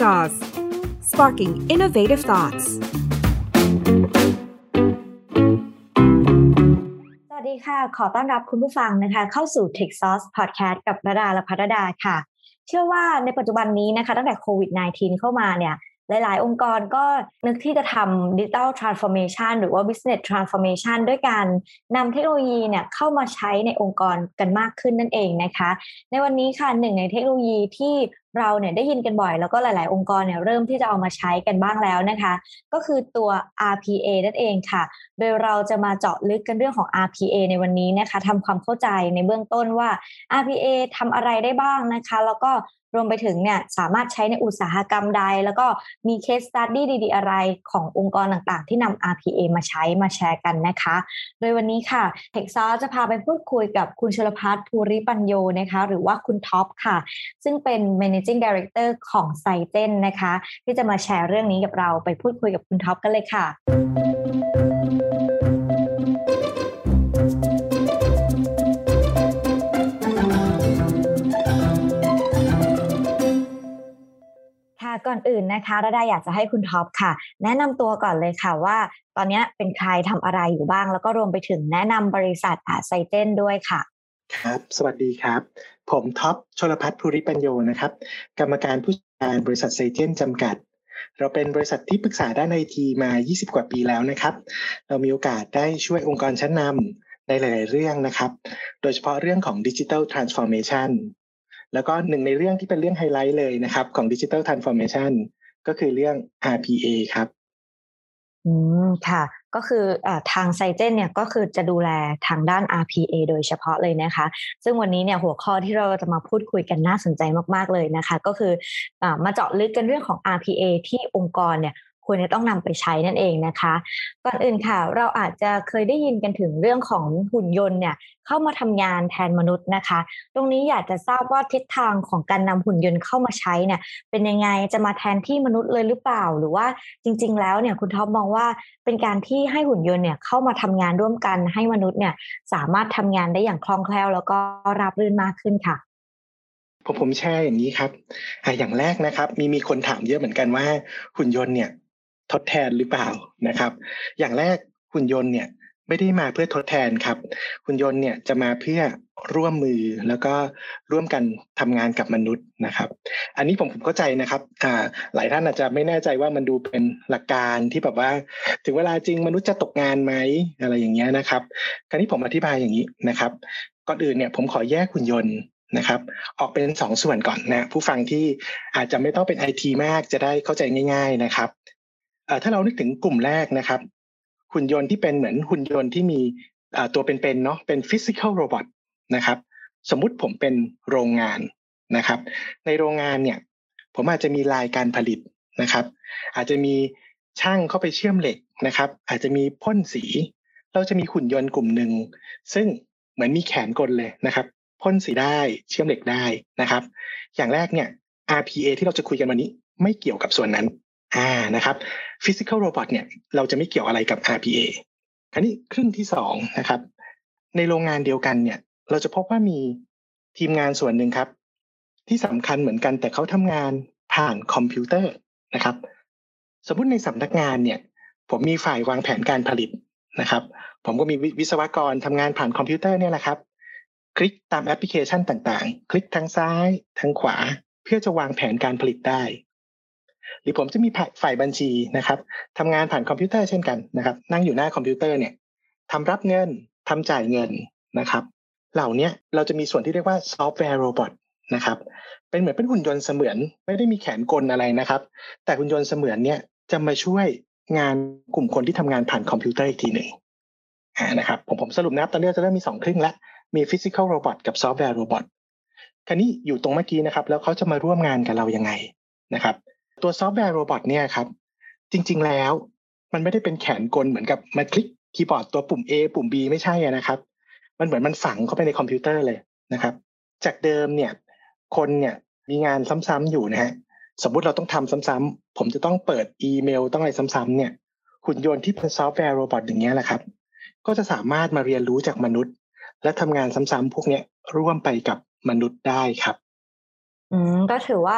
Jaws Sparking Innovative Thoughts สวัสดีค่ะขอต้อนรับคุณผู้ฟังนะคะเข้าสู่ Tech Sauce Podcast กับระดาและภัทรดาค่ะเชื่อว่าในปัจจุบันนี้นะคะตั้งแต่โควิด -19 เข้ามาเนี่ยหลายๆองค์กรก็นึกที่จะทำ Digital Transformation หรือว่า Business Transformation ด้วยการนำเทคโนโลยีเนี่ยเข้ามาใช้ในองค์กรกันมากขึ้นนั่นเองนะคะในวันนี้ค่ะหนึ่งในเทคโนโลยีที่เราเนี่ยได้ยินกันบ่อยแล้วก็หลายๆองค์กรเนี่ยเริ่มที่จะเอามาใช้กันบ้างแล้วนะคะก็คือตัว RPA นั่นเองค่ะโดยเราจะมาเจาะลึกกันเรื่องของ RPA ในวันนี้นะคะทำความเข้าใจในเบื้องต้นว่า RPA ทำอะไรได้บ้างนะคะแล้วก็รวมไปถึงเนี่ยสามารถใช้ในอุตสาหกรรมใดแล้วก็มี case study ดีๆอะไรขององค์กรต่างๆที่นำ RPA มาใช้มาแชร์กันนะคะโดยวันนี้ค่ะ TechSauce จะพาไปพูดคุยกับคุณชลภัทร ภูริปัญโยนะคะหรือว่าคุณท็อปค่ะซึ่งเป็น Managing Director ของ Cyten นะคะที่จะมาแชร์เรื่องนี้กับเราไปพูดคุยกับคุณท็อปกันเลยค่ะก่อนอื่นนะคะระดาอยากจะให้คุณท็อปค่ะแนะนำตัวก่อนเลยค่ะว่าตอนนี้เป็นใครทำอะไรอยู่บ้างแล้วก็รวมไปถึงแนะนำบริษัทCyten ด้วยค่ะครับสวัสดีครับผมท็อปชลภัทร ภูริปัญโยนะครับกรรมการผู้จัดการบริษัท Cyten จำกัดเราเป็นบริษัทที่ปรึกษาด้าน IT มา20กว่าปีแล้วนะครับเรามีโอกาสได้ช่วยองค์กรชั้นนำในหลายๆเรื่องนะครับโดยเฉพาะเรื่องของ Digital Transformationแล้วก็หนึ่งในเรื่องที่เป็นเรื่องไฮไลท์เลยนะครับของ Digital Transformation ก็คือเรื่อง RPA ครับค่ะก็คือทาง Cyten เนี่ยก็คือจะดูแลทางด้าน RPA โดยเฉพาะเลยนะคะซึ่งวันนี้เนี่ยหัวข้อที่เราจะมาพูดคุยกันน่าสนใจมากๆเลยนะคะก็คือมาเจาะลึกกันเรื่องของ RPA ที่องค์กรเนี่ยควรจะต้องนำไปใช้นั่นเองนะคะก่อนอื่นค่ะเราอาจจะเคยได้ยินกันถึงเรื่องของหุ่นยนต์เนี่ยเข้ามาทำงานแทนมนุษย์นะคะตรงนี้อยากจะทราบว่าทิศทางของการนำหุ่นยนต์เข้ามาใช้เนี่ยเป็นยังไงจะมาแทนที่มนุษย์เลยหรือเปล่าหรือว่าจริงๆแล้วเนี่ยคุณท็อปมองว่าเป็นการที่ให้หุ่นยนต์เนี่ยเข้ามาทำงานร่วมกันให้มนุษย์เนี่ยสามารถทำงานได้อย่างคล่องแคล่วแล้วก็ราบรื่นมากขึ้นค่ะผมแชร์อย่างนี้ครับอย่างแรกนะครับมีคนถามเยอะเหมือนกันว่าหุ่นยนต์เนี่ยทดแทนหรือเปล่านะครับอย่างแรกหุ่นยนต์เนี่ยไม่ได้มาเพื่อทดแทนครับหุ่นยนต์เนี่ยจะมาเพื่อร่วมมือแล้วก็ร่วมกันทำงานกับมนุษย์นะครับอันนี้ผมเข้าใจนะครับหลายท่านอาจจะไม่แน่ใจว่ามันดูเป็นหลักการที่แบบว่าถึงเวลาจริงมนุษย์จะตกงานไหมอะไรอย่างเงี้ยนะครับคราวนี้ผมอธิบายอย่างนี้นะครับก่อนอื่นเนี่ยผมขอแยกหุ่นยนต์นะครับออกเป็น2ส่วนก่อนนะผู้ฟังที่อาจจะไม่ต้องเป็น IT มากจะได้เข้าใจง่ายๆนะครับถ้าเรานึกถึงกลุ่มแรกนะครับหุ่นยนต์ที่เป็นเหมือนหุ่นยนต์ที่มีตัวเป็นๆเนาะเป็น physical robot นะครับสมมุติผมเป็นโรงงานนะครับในโรงงานเนี่ยผมอาจจะมีลายการผลิตนะครับอาจจะมีช่างเข้าไปเชื่อมเหล็กนะครับอาจจะมีพ่นสีเราจะมีหุ่นยนต์กลุ่มหนึ่งซึ่งเหมือนมีแขนกลเลยนะครับพ่นสีได้เชื่อมเหล็กได้นะครับอย่างแรกเนี่ย RPA ที่เราจะคุยกันวันนี้ไม่เกี่ยวกับส่วนนั้นนะครับ Physical Robot เนี่ยเราจะไม่เกี่ยวอะไรกับ RPA คราวนี้ครึ่งที่2นะครับในโรงงานเดียวกันเนี่ยเราจะพบว่ามีทีมงานส่วนหนึ่งครับที่สำคัญเหมือนกันแต่เขาทำงานผ่านคอมพิวเตอร์นะครับสมมุติในสำนักงานเนี่ยผมมีฝ่ายวางแผนการผลิตนะครับผมก็มีวิศวกรทำงานผ่านคอมพิวเตอร์เนี่ยแหละครับคลิกตามแอปพลิเคชันต่างๆคลิกทางซ้ายทางขวาเพื่อจะวางแผนการผลิตได้หรือผมจะมีฝ่ายบัญชีนะครับทำงานผ่านคอมพิวเตอร์เช่นกันนะครับนั่งอยู่หน้าคอมพิวเตอร์เนี่ยทำรับเงินทำจ่ายเงินนะครับเหล่านี้เราจะมีส่วนที่เรียกว่าซอฟต์แวร์โรบอทนะครับเป็นเหมือนเป็นหุ่นยนต์เสมือนไม่ได้มีแขนกลอะไรนะครับแต่หุ่นยนต์เสมือนเนี่ยจะมาช่วยงานกลุ่มคนที่ทำงานผ่านคอมพิวเตอร์อีกทีหนึ่งนะครับผมสรุปนะครับตอนนี้จะเริ่มมี2ครึ่งแล้วมี physical robot กับ software robot คราวนี้อยู่ตรงเมื่อกี้นะครับแล้วเขาจะมาร่วมงานกับเรายังไงนะครับตัวซอฟต์แวร์โรบอทเนี่ยครับจริงๆแล้วมันไม่ได้เป็นแขนกลเหมือนกับมาคลิกคีย์บอร์ดตัวปุ่ม A ปุ่ม B ไม่ใช่นะครับมันเหมือนมันฝังเข้าไปในคอมพิวเตอร์เลยนะครับจากเดิมเนี่ยคนเนี่ยมีงานซ้ำๆอยู่นะฮะสมมุติเราต้องทำซ้ำๆผมจะต้องเปิดอีเมลต้องอะไรซ้ำๆเนี่ยหุ่นยนต์ที่เป็นซอฟต์แวร์โรบอทอย่างเงี้ยแหละครับก็จะสามารถมาเรียนรู้จากมนุษย์และทำงานซ้ำๆพวกเนี้ยร่วมไปกับมนุษย์ได้ครับก็ถือว่า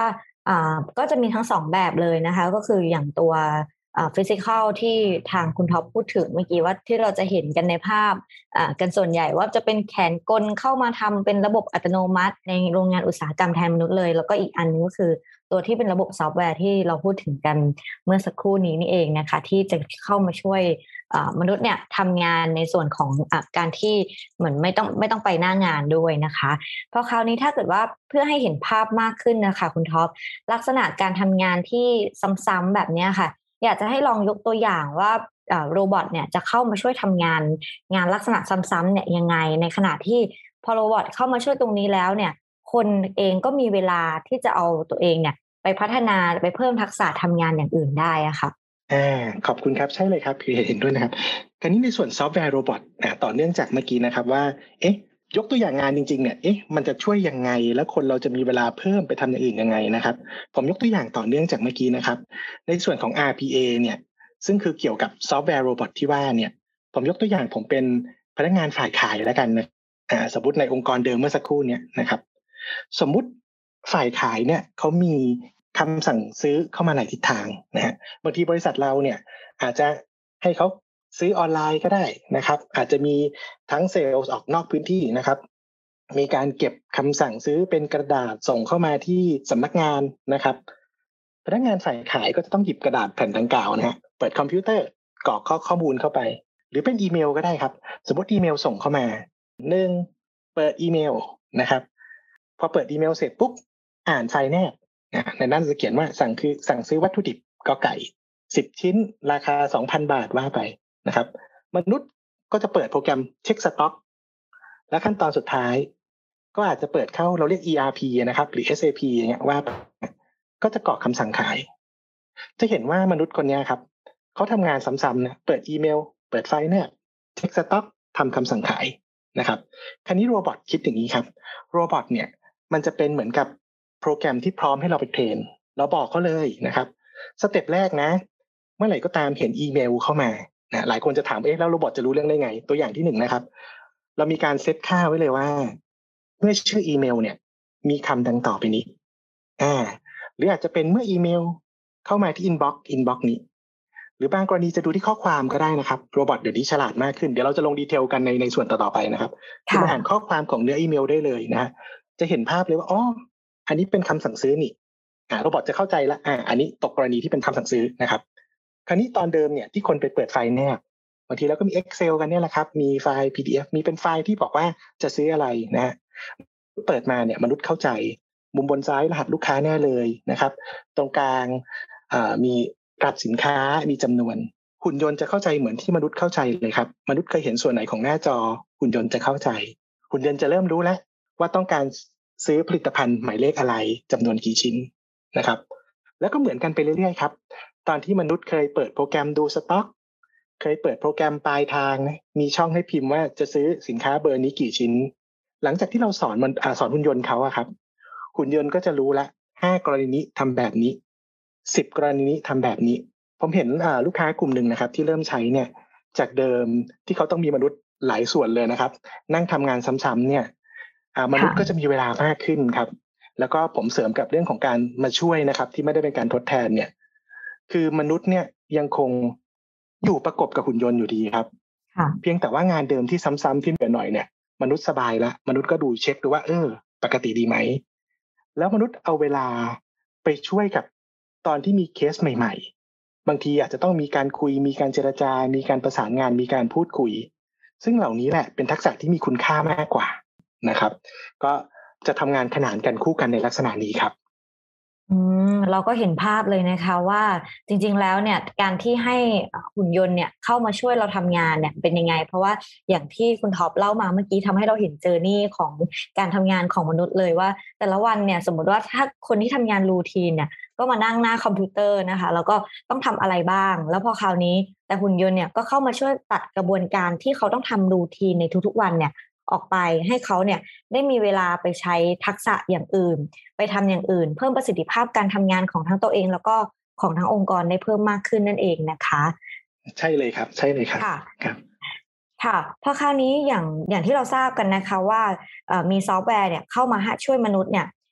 ก็จะมีทั้งสองแบบเลยนะคะก็คืออย่างตัวฟิสิกอลที่ทางคุณท็อปพูดถึงเมื่อกี้ว่าที่เราจะเห็นกันในภาพกันส่วนใหญ่ว่าจะเป็นแขนกลเข้ามาทำเป็นระบบอัตโนมัติในโรงงานอุตสาหกรรมแทนมนุษย์เลยแล้วก็อีกอันนึงก็คือตัวที่เป็นระบบซอฟต์แวร์ที่เราพูดถึงกันเมื่อสักครู่นี้นี่เองนะคะที่จะเข้ามาช่วยมนุษย์เนี่ยทำงานในส่วนของการที่เหมือนไม่ต้องไปหน้างานด้วยนะคะเพราะคราวนี้ถ้าเกิดว่าเพื่อให้เห็นภาพมากขึ้นนะคะคุณท็อปลักษณะการทำงานที่ซ้ำๆแบบนี้ค่ะอยากจะให้ลองยกตัวอย่างว่าโรบอทเนี่ยจะเข้ามาช่วยทำงานลักษณะซ้ำๆเนี่ยยังไงในขณะที่พอโรบอทเข้ามาช่วยตรงนี้แล้วเนี่ยคนเองก็มีเวลาที่จะเอาตัวเองเนี่ยไปพัฒนาไปเพิ่มทักษะทำงานอย่างอื่นได้อะค่ะขอบคุณครับใช่เลยครับคือเห็นด้วยนะครับคราวนี้ในส่วนซอฟต์แวร์โรบอทต่อเนื่องจากเมื่อกี้นะครับว่ายกตัวอย่างงานจริงๆเนี่ยมันจะช่วยยังไงแล้วคนเราจะมีเวลาเพิ่มไปทำอย่างอื่นยังไงนะครับผมยกตัวอย่างต่อเนื่องจากเมื่อกี้นะครับในส่วนของ RPA เนี่ยซึ่งคือเกี่ยวกับซอฟต์แวร์โรบอทที่ว่าเนี่ยผมยกตัวอย่างผมเป็นพนักงานฝ่ายขายแล้วกันนะสมมติในองค์กรเดิมเมื่อสักครู่เนี่ยนะครับสมมุติฝ่ายขายเนี่ยเขามีคำสั่งซื้อเข้ามาหลายทิศทางนะฮะบางทีบริษัทเราเนี่ยอาจจะให้เขาซื้อออนไลน์ก็ได้นะครับอาจจะมีทั้งเซลล์ออกนอกพื้นที่นะครับมีการเก็บคำสั่งซื้อเป็นกระดาษส่งเข้ามาที่สำนักงานนะครับพนักงานฝ่ายขายก็จะต้องหยิบกระดาษแผ่นดังกล่าวนะฮะเปิดคอมพิวเตอร์กรอกข้อมูลเข้าไปหรือเป็นอีเมลก็ได้ครับสมมติอีเมลส่งเข้ามาเปิดอีเมลนะครับพอเปิดอีเมลเสร็จปุ๊บอ่านไฟล์แนบในนั้นจะเขียนว่าสั่งซื้อวัตถุดิบกไก่10 ชิ้นราคา 2,000 บาทว่าไปนะครับมนุษย์ก็จะเปิดโปรแกรมเช็คสต็อกและขั้นตอนสุดท้ายก็อาจจะเปิดเข้าเราเรียก ERP นะครับหรือ SAP อย่างเงี้ยว่าก็จะกรอกคำสั่งขายจะเห็นว่ามนุษย์คนนี้ครับเขาทำงานซ้ำๆนะเปิดอีเมลเปิดไฟล์เนี่ยเช็คสต็อกทำคำสั่งขายนะครับคราวนี้โรบอทคิดอย่างนี้ครับโรบอทเนี่ยมันจะเป็นเหมือนกับโปรแกรมที่พร้อมให้เราไปเทรนเราบอกเขาเลยนะครับสเต็ปแรกนะเมื่อไหร่ก็ตามเห็นอีเมลเข้ามานะหลายคนจะถามแล้วโรบอทจะรู้เรื่องได้ไงตัวอย่างที่1นะครับเรามีการเซตค่าไว้เลยว่าเมื่อชื่ออีเมลเนี่ยมีคำดังต่อไปนี้หรืออาจจะเป็นเมื่ออีเมลเข้ามาที่อินบ็อกซ์นี้หรือบางกรณีจะดูที่ข้อความก็ได้นะครับโรบอทเดี๋ยวนี้ฉลาดมากขึ้นเดี๋ยวเราจะลงดีเทลกันในส่วนต่อๆไปนะครับคือมาอ่านข้อความของเนื้ออีเมลได้เลยนะจะเห็นภาพเลยว่าอันนี้เป็นคำสั่งซื้อนี่โรบอทจะเข้าใจละอันนี้ตกกรณีที่เป็นคำสั่งซื้อนะครับคราวนี้ตอนเดิมเนี่ยที่คนไปเปิดไฟล์แนบบางทีแล้วก็มี Excel กันเนี่ยแหละครับมีไฟล์ PDF มีเป็นไฟล์ที่บอกว่าจะซื้ออะไรนะฮะเปิดมาเนี่ยมนุษย์เข้าใจมุมบนซ้ายรหัสลูกค้าแน่เลยนะครับตรงกลางมีรหัสสินค้ามีจำนวนหุ่นยนต์จะเข้าใจเหมือนที่มนุษย์เข้าใจเลยครับมนุษย์เคยเห็นส่วนไหนของหน้าจอหุ่นยนต์จะเข้าใจหุ่นยนต์จะเริ่มรู้แล้วว่าต้องการซื้อผลิตภัณฑ์หมายเลขอะไรจำนวนกี่ชิ้นนะครับแล้วก็เหมือนกันไปเรื่อยๆครับตอนที่มนุษย์เคยเปิดโปรแกรมดูสต็อกเคยเปิดโปรแกรมปลายทางนะมีช่องให้พิมพ์ว่าจะซื้อสินค้าเบอร์นี้กี่ชิ้นหลังจากที่เราสอนหุ่นยนต์เขาอะครับหุ่นยนต์ก็จะรู้ละ5 กรณีนี้ทำแบบนี้10 กรณีนี้ทำแบบนี้ผมเห็นลูกค้ากลุ่มหนึ่งนะครับที่เริ่มใช้เนี่ยจากเดิมที่เขาต้องมีมนุษย์หลายส่วนเลยนะครับนั่งทำงานซ้ำๆเนี่ยมนุษย์ก็จะมีเวลามากขึ้นครับแล้วก็ผมเสริมกับเรื่องของการมาช่วยนะครับที่ไม่ได้เป็นการทดแทนเนี่ยคือมนุษย์เนี่ยยังคงอยู่ประกบกับหุ่นยนต์อยู่ดีครับเพียงแต่ว่างานเดิมที่ซ้ำๆที่เหนื่อยหน่อยเนี่ยมนุษย์สบายแล้วมนุษย์ก็ดูเช็คดูว่าปกติดีไหมแล้วมนุษย์เอาเวลาไปช่วยกับตอนที่มีเคสใหม่ๆบางทีอาจจะต้องมีการคุยมีการเจรจามีการประสานงานมีการพูดคุยซึ่งเหล่านี้แหละเป็นทักษะที่มีคุณค่ามากกว่านะครับก็จะทำงานขนานกันคู่กันในลักษณะนี้ครับเราก็เห็นภาพเลยนะคะว่าจริงๆแล้วเนี่ยการที่ให้หุ่นยนต์เนี่ยเข้ามาช่วยเราทำงานเนี่ยเป็นยังไงเพราะว่าอย่างที่คุณท็อปเล่ามาเมื่อกี้ทำให้เราเห็นเจอร์นี่ของการทำงานของมนุษย์เลยว่าแต่ละวันเนี่ยสมมติว่าถ้าคนที่ทำงานรูทีนเนี่ยก็มานั่งหน้าคอมพิวเตอร์นะคะแล้วก็ต้องทำอะไรบ้างแล้วพอคราวนี้แต่หุ่นยนต์เนี่ยก็เข้ามาช่วยตัดกระบวนการที่เขาต้องทำรูทีนในทุกๆวันเนี่ยออกไปให้เขาเนี่ยได้มีเวลาไปใช้ทักษะอย่างอื่นไปทำอย่างอื่นเพิ่มประสิทธิภาพการทำงานของทั้งตัวเองแล้วก็ของทั้งองค์กรได้เพิ่มมากขึ้นนั่นเองนะคะใช่เลยครับใช่เลยครับครับค่ะพอคราวนี้อย่างที่เราทราบกันนะคะว่ามีซอฟต์แวร์เนี่ยเข้ามาช่วยมนุษย์เนี่ย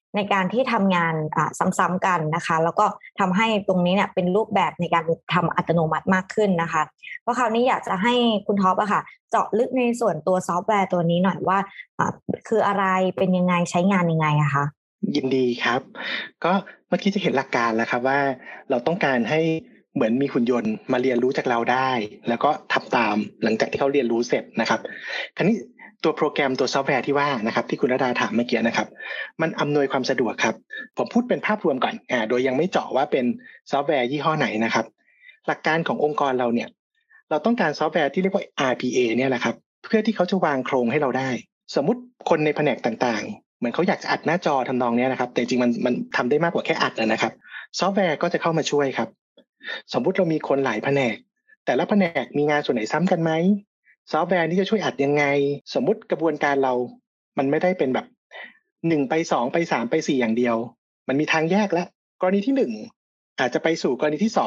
ในการที่ทำงานซ้ำๆกันนะคะแล้วก็ทำให้ตรงนี้เนี่ยเป็นรูปแบบในการทำอัตโนมัติมากขึ้นนะคะเพราะคราวนี้อยากจะให้คุณท็อปอะค่ะเจาะลึกในส่วนตัวซอฟต์แวร์ตัวนี้หน่อยว่าคืออะไรเป็นยังไงใช้งานยังไงอะคะยินดีครับก็เมื่อกี้จะเห็นหลักการแล้วครับว่าเราต้องการให้เหมือนมีหุ่นยนต์มาเรียนรู้จากเราได้แล้วก็ทำตามหลังจากที่เขาเรียนรู้เสร็จนะครับคราวนี้ตัวโปรแกรมตัวซอฟต์แวร์ที่ว่านะครับที่คุณณดาถามเมื่อกี้นะครับมันอำนวยความสะดวกครับผมพูดเป็นภาพรวมก่อนโดยยังไม่เจาะว่าเป็นซอฟต์แวร์ยี่ห้อไหนนะครับหลักการขององค์กรเราเนี่ยเราต้องการซอฟต์แวร์ที่เรียกว่า RPA เนี่ยแหละครับเพื่อที่เขาจะวางโครงให้เราได้สมมุติคนในแผนกต่างๆเหมือนเขาอยากจะอัดหน้าจอทำนองนี้นะครับแต่จริงมันทำได้มากกว่าแค่อัดนะครับซอฟต์แวร์ก็จะเข้ามาช่วยครับสมมุติเรามีคนหลายแผนกแต่ละแผนกมีงานส่วนไหนซ้ำกันไหมซอฟต์แวร์นี้จะช่วยอัดยังไงสมมุติกระบวนการเรามันไม่ได้เป็นแบบ1ไป2ไป3ไป4อย่างเดียวมันมีทางแยกแล้วกรณีที่1อาจจะไปสู่กรณีที่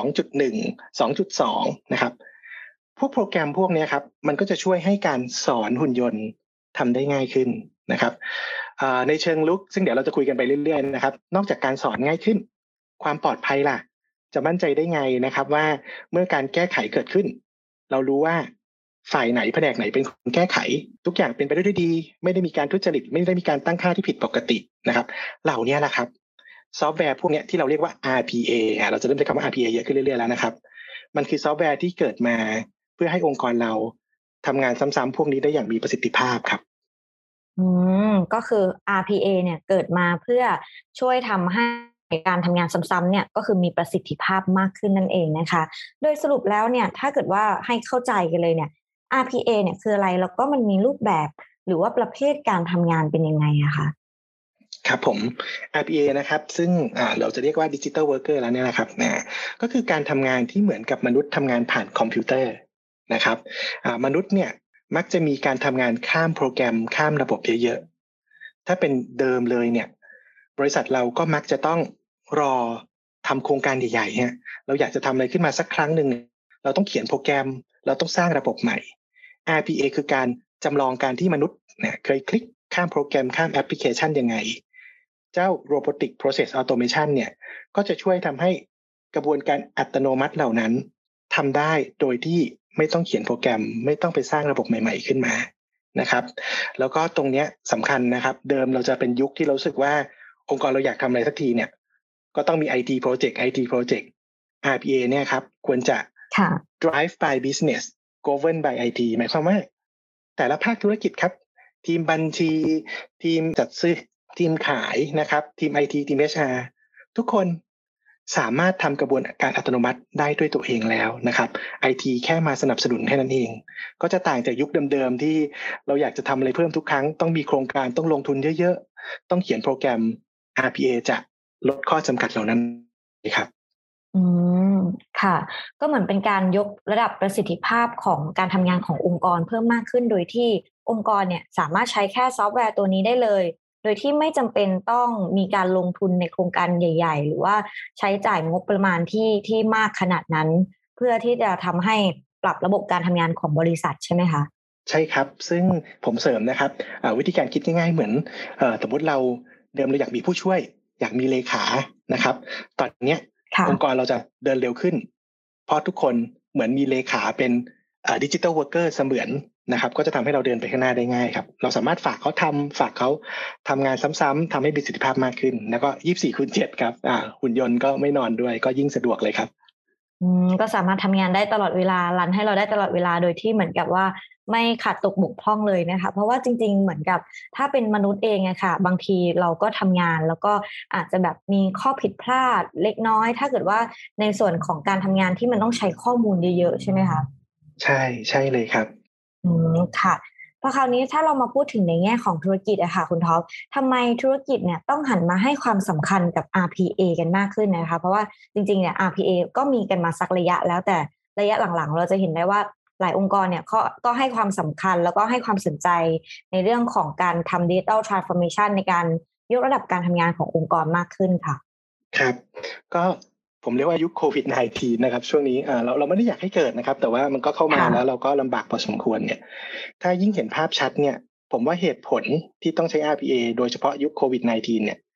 2.1 2.2 นะครับพวกโปรแกรมพวกนี้ครับมันก็จะช่วยให้การสอนหุ่นยนต์ทำได้ง่ายขึ้นนะครับในเชิงลึกซึ่งเดี๋ยวเราจะคุยกันไปเรื่อยๆนะครับนอกจากการสอนง่ายขึ้นความปลอดภัยล่ะจะมั่นใจได้ไงนะครับว่าเมื่อการแก้ไขเกิดขึ้นเรารู้ว่าฝ่ายไหนแผนกไหนเป็นคนแก้ไขทุกอย่างเป็นไปได้ด้วยดีไม่ได้มีการทุจริตไม่ได้มีการตั้งค่าที่ผิดปกตินะครับเหล่านี้แหละครับซอฟต์แวร์พวกนี้ที่เราเรียกว่า RPA เราจะเริ่มใช้คำว่า RPA เยอะขึ้นเรื่อยๆแล้วนะครับมันคือซอฟต์แวร์ที่เกิดมาเพื่อให้องค์กรเราทำงานซ้ำๆพวกนี้ได้อย่างมีประสิทธิภาพครับก็คือ RPA เนี่ยเกิดมาเพื่อช่วยทำให้การทำงานซ้ำๆเนี่ยก็คือมีประสิทธิภาพมากขึ้นนั่นเองนะคะโดยสรุปแล้วเนี่ยถ้าเกิดว่าให้เข้าใจกันเลยเนี่ย RPA เนี่ยคืออะไรแล้วก็มันมีรูปแบบหรือว่าประเภทการทำงานเป็นยังไงอะคะครับผม RPA นะครับซึ่งเราจะเรียกว่า Digital Worker แล้วเนี่ยนะครับก็คือการทำงานที่เหมือนกับมนุษย์ทำงานผ่านคอมพิวเตอร์นะครับมนุษย์เนี่ยมักจะมีการทำงานข้ามโปรแกรมข้ามระบบเยอะๆถ้าเป็นเดิมเลยเนี่ยบริษัทเราก็มักจะต้องรอทำโครงการใหญ่ๆเราอยากจะทำอะไรขึ้นมาสักครั้งหนึ่งเราต้องเขียนโปรแกรมเราต้องสร้างระบบใหม่ RPA คือการจำลองการที่มนุษย์เคยคลิกข้ามโปรแกรมข้ามแอปพลิเคชันยังไงเจ้า Robotic Process Automation เนี่ยก็จะช่วยทำให้กระบวนการอัตโนมัติเหล่านั้นทำได้โดยที่ไม่ต้องเขียนโปรแกรมไม่ต้องไปสร้างระบบใหม่ๆขึ้นมานะครับแล้วก็ตรงนี้สำคัญนะครับเดิมเราจะเป็นยุคที่เรารู้สึกว่าองค์กรเราอยากทำอะไรสักทีเนี่ยก็ต้องมี IT project RPA เนี่ยครับควรจะ drive by business govern by IT หมายความว่าแต่ละภาคธุรกิจครับทีมบัญชีทีมจัดซื้อทีมขายนะครับทีม IT ทีม HR ทุกคนสามารถทำกระบวนการอัตโนมัติได้ด้วยตัวเองแล้วนะครับ IT แค่มาสนับสนุนแค่นั้นเองก็จะต่างจากยุคเดิมๆที่เราอยากจะทำอะไรเพิ่มทุกครั้งต้องมีโครงการต้องลงทุนเยอะๆต้องเขียนโปรแกรม RPA จะลดข้อจำกัดเหล่านั้นครับค่ะก็เหมือนเป็นการยกระดับประสิทธิภาพของการทำงานขององค์กรเพิ่มมากขึ้นโดยที่องค์กรเนี่ยสามารถใช้แค่ซอฟต์แวร์ตัวนี้ได้เลยโดยที่ไม่จำเป็นต้องมีการลงทุนในโครงการใหญ่ๆหรือว่าใช้จ่ายงบประมาณที่มากขนาดนั้นเพื่อที่จะทำให้ปรับระบบการทำงานของบริษัทใช่ไหมคะใช่ครับซึ่งผมเสริมนะครับวิธีการคิดง่ายๆเหมือนสมมติเราเดิมเราอยากมีผู้ช่วยอยากมีเลขานะครับตอนนี้องค์กรเราจะเดินเร็วขึ้นเพราะทุกคนเหมือนมีเลขาเป็นดิจิทัลเวิร์กเกอร์เสมือนนะครับก็จะทำให้เราเดินไปข้างหน้าได้ง่ายครับเราสามารถฝากเขาทำงานซ้ำๆทำให้มีประสิทธิภาพมากขึ้นแล้วก็24/7ครับหุ่นยนต์ก็ไม่นอนด้วยก็ยิ่งสะดวกเลยครับก็สามารถทำงานได้ตลอดเวลารันให้เราได้ตลอดเวลาโดยที่เหมือนกับว่าไม่ขาดตกบกพร่องเลยนะคะเพราะว่าจริงๆเหมือนกับถ้าเป็นมนุษย์เองอะค่ะบางทีเราก็ทำงานแล้วก็อาจจะแบบมีข้อผิดพลาดเล็กน้อยถ้าเกิดว่าในส่วนของการทำงานที่มันต้องใช้ข้อมูลเยอะๆใช่ไหมคะใช่เลยครับค่ะพอคราวนี้ถ้าเรามาพูดถึงในแง่ของธุรกิจอะค่ะคุณท็อปทำไมธุรกิจเนี่ยต้องหันมาให้ความสำคัญกับ RPA กันมากขึ้นนะคะเพราะว่าจริงๆเนี่ย RPA ก็มีกันมาสักระยะแล้วแต่ระยะหลังๆเราจะเห็นได้ว่าหลายองค์กรเนี่ยก็ให้ความสำคัญแล้วก็ให้ความสนใจในเรื่องของการทำ Digital Transformation ในการยกระดับการทำงานขององค์กรมากขึ้นค่ะครับก็ผมเรียกว่ายุคโควิด -19 นะครับช่วงนี้เราไม่ได้อยากให้เกิดนะครับแต่ว่ามันก็เข้ามาแล้วเราก็ลำบากพอสมควรเนี่ยถ้ายิ่งเห็นภาพชัดเนี่ยผมว่าเหตุผลที่ต้องใช้ RPA โดยเฉพาะยุคโควิด -19 เนี่ย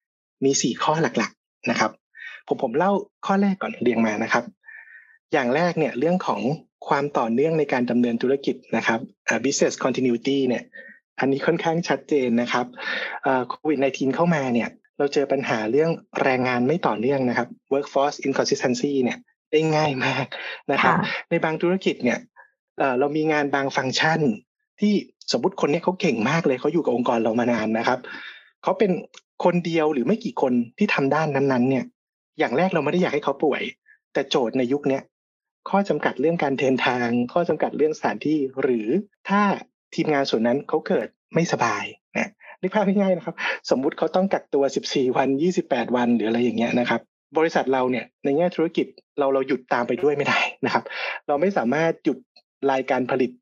มี4ข้อหลักๆนะครับผมเล่าข้อแรกก่อนเรียงมานะครับอย่างแรกเนี่ยเรื่องของความต่อเนื่องในการดำเนินธุรกิจนะครับbusiness continuity เนี่ยอันนี้ค่อนข้างชัดเจนนะครับโควิด -19 เข้ามาเนี่ยเราเจอปัญหาเรื่องแรงงานไม่ต่อเนื่องนะครับ workforce inconsistency เนี่ยได้ง่ายมากนะครับในบางธุรกิจเนี่ยเรามีงานบางฟังก์ชันที่สมมุติคนนี้เขาเก่งมากเลยเขาอยู่กับองค์กรเรามานานนะครับเขาเป็นคนเดียวหรือไม่กี่คนที่ทำด้านนั้นๆเนี่ยอย่างแรกเราไม่ได้อยากให้เขาป่วยแต่โจทย์ในยุคนี้ข้อจำกัดเรื่องการเดินทางข้อจำกัดเรื่องสถานที่หรือถ้าทีมงานส่วนนั้นเขาเกิดไม่สบายนะนึกภาพง่ายๆนะครับสมมุติเขาต้องกักตัว14วัน28วันหรืออะไรอย่างเงี้ยนะครับบริษัทเราเนี่ยในแง่ธุรกิจเราหยุดตามไปด้วยไม่ได้นะครับเราไม่สามารถหยุดรายการผลิต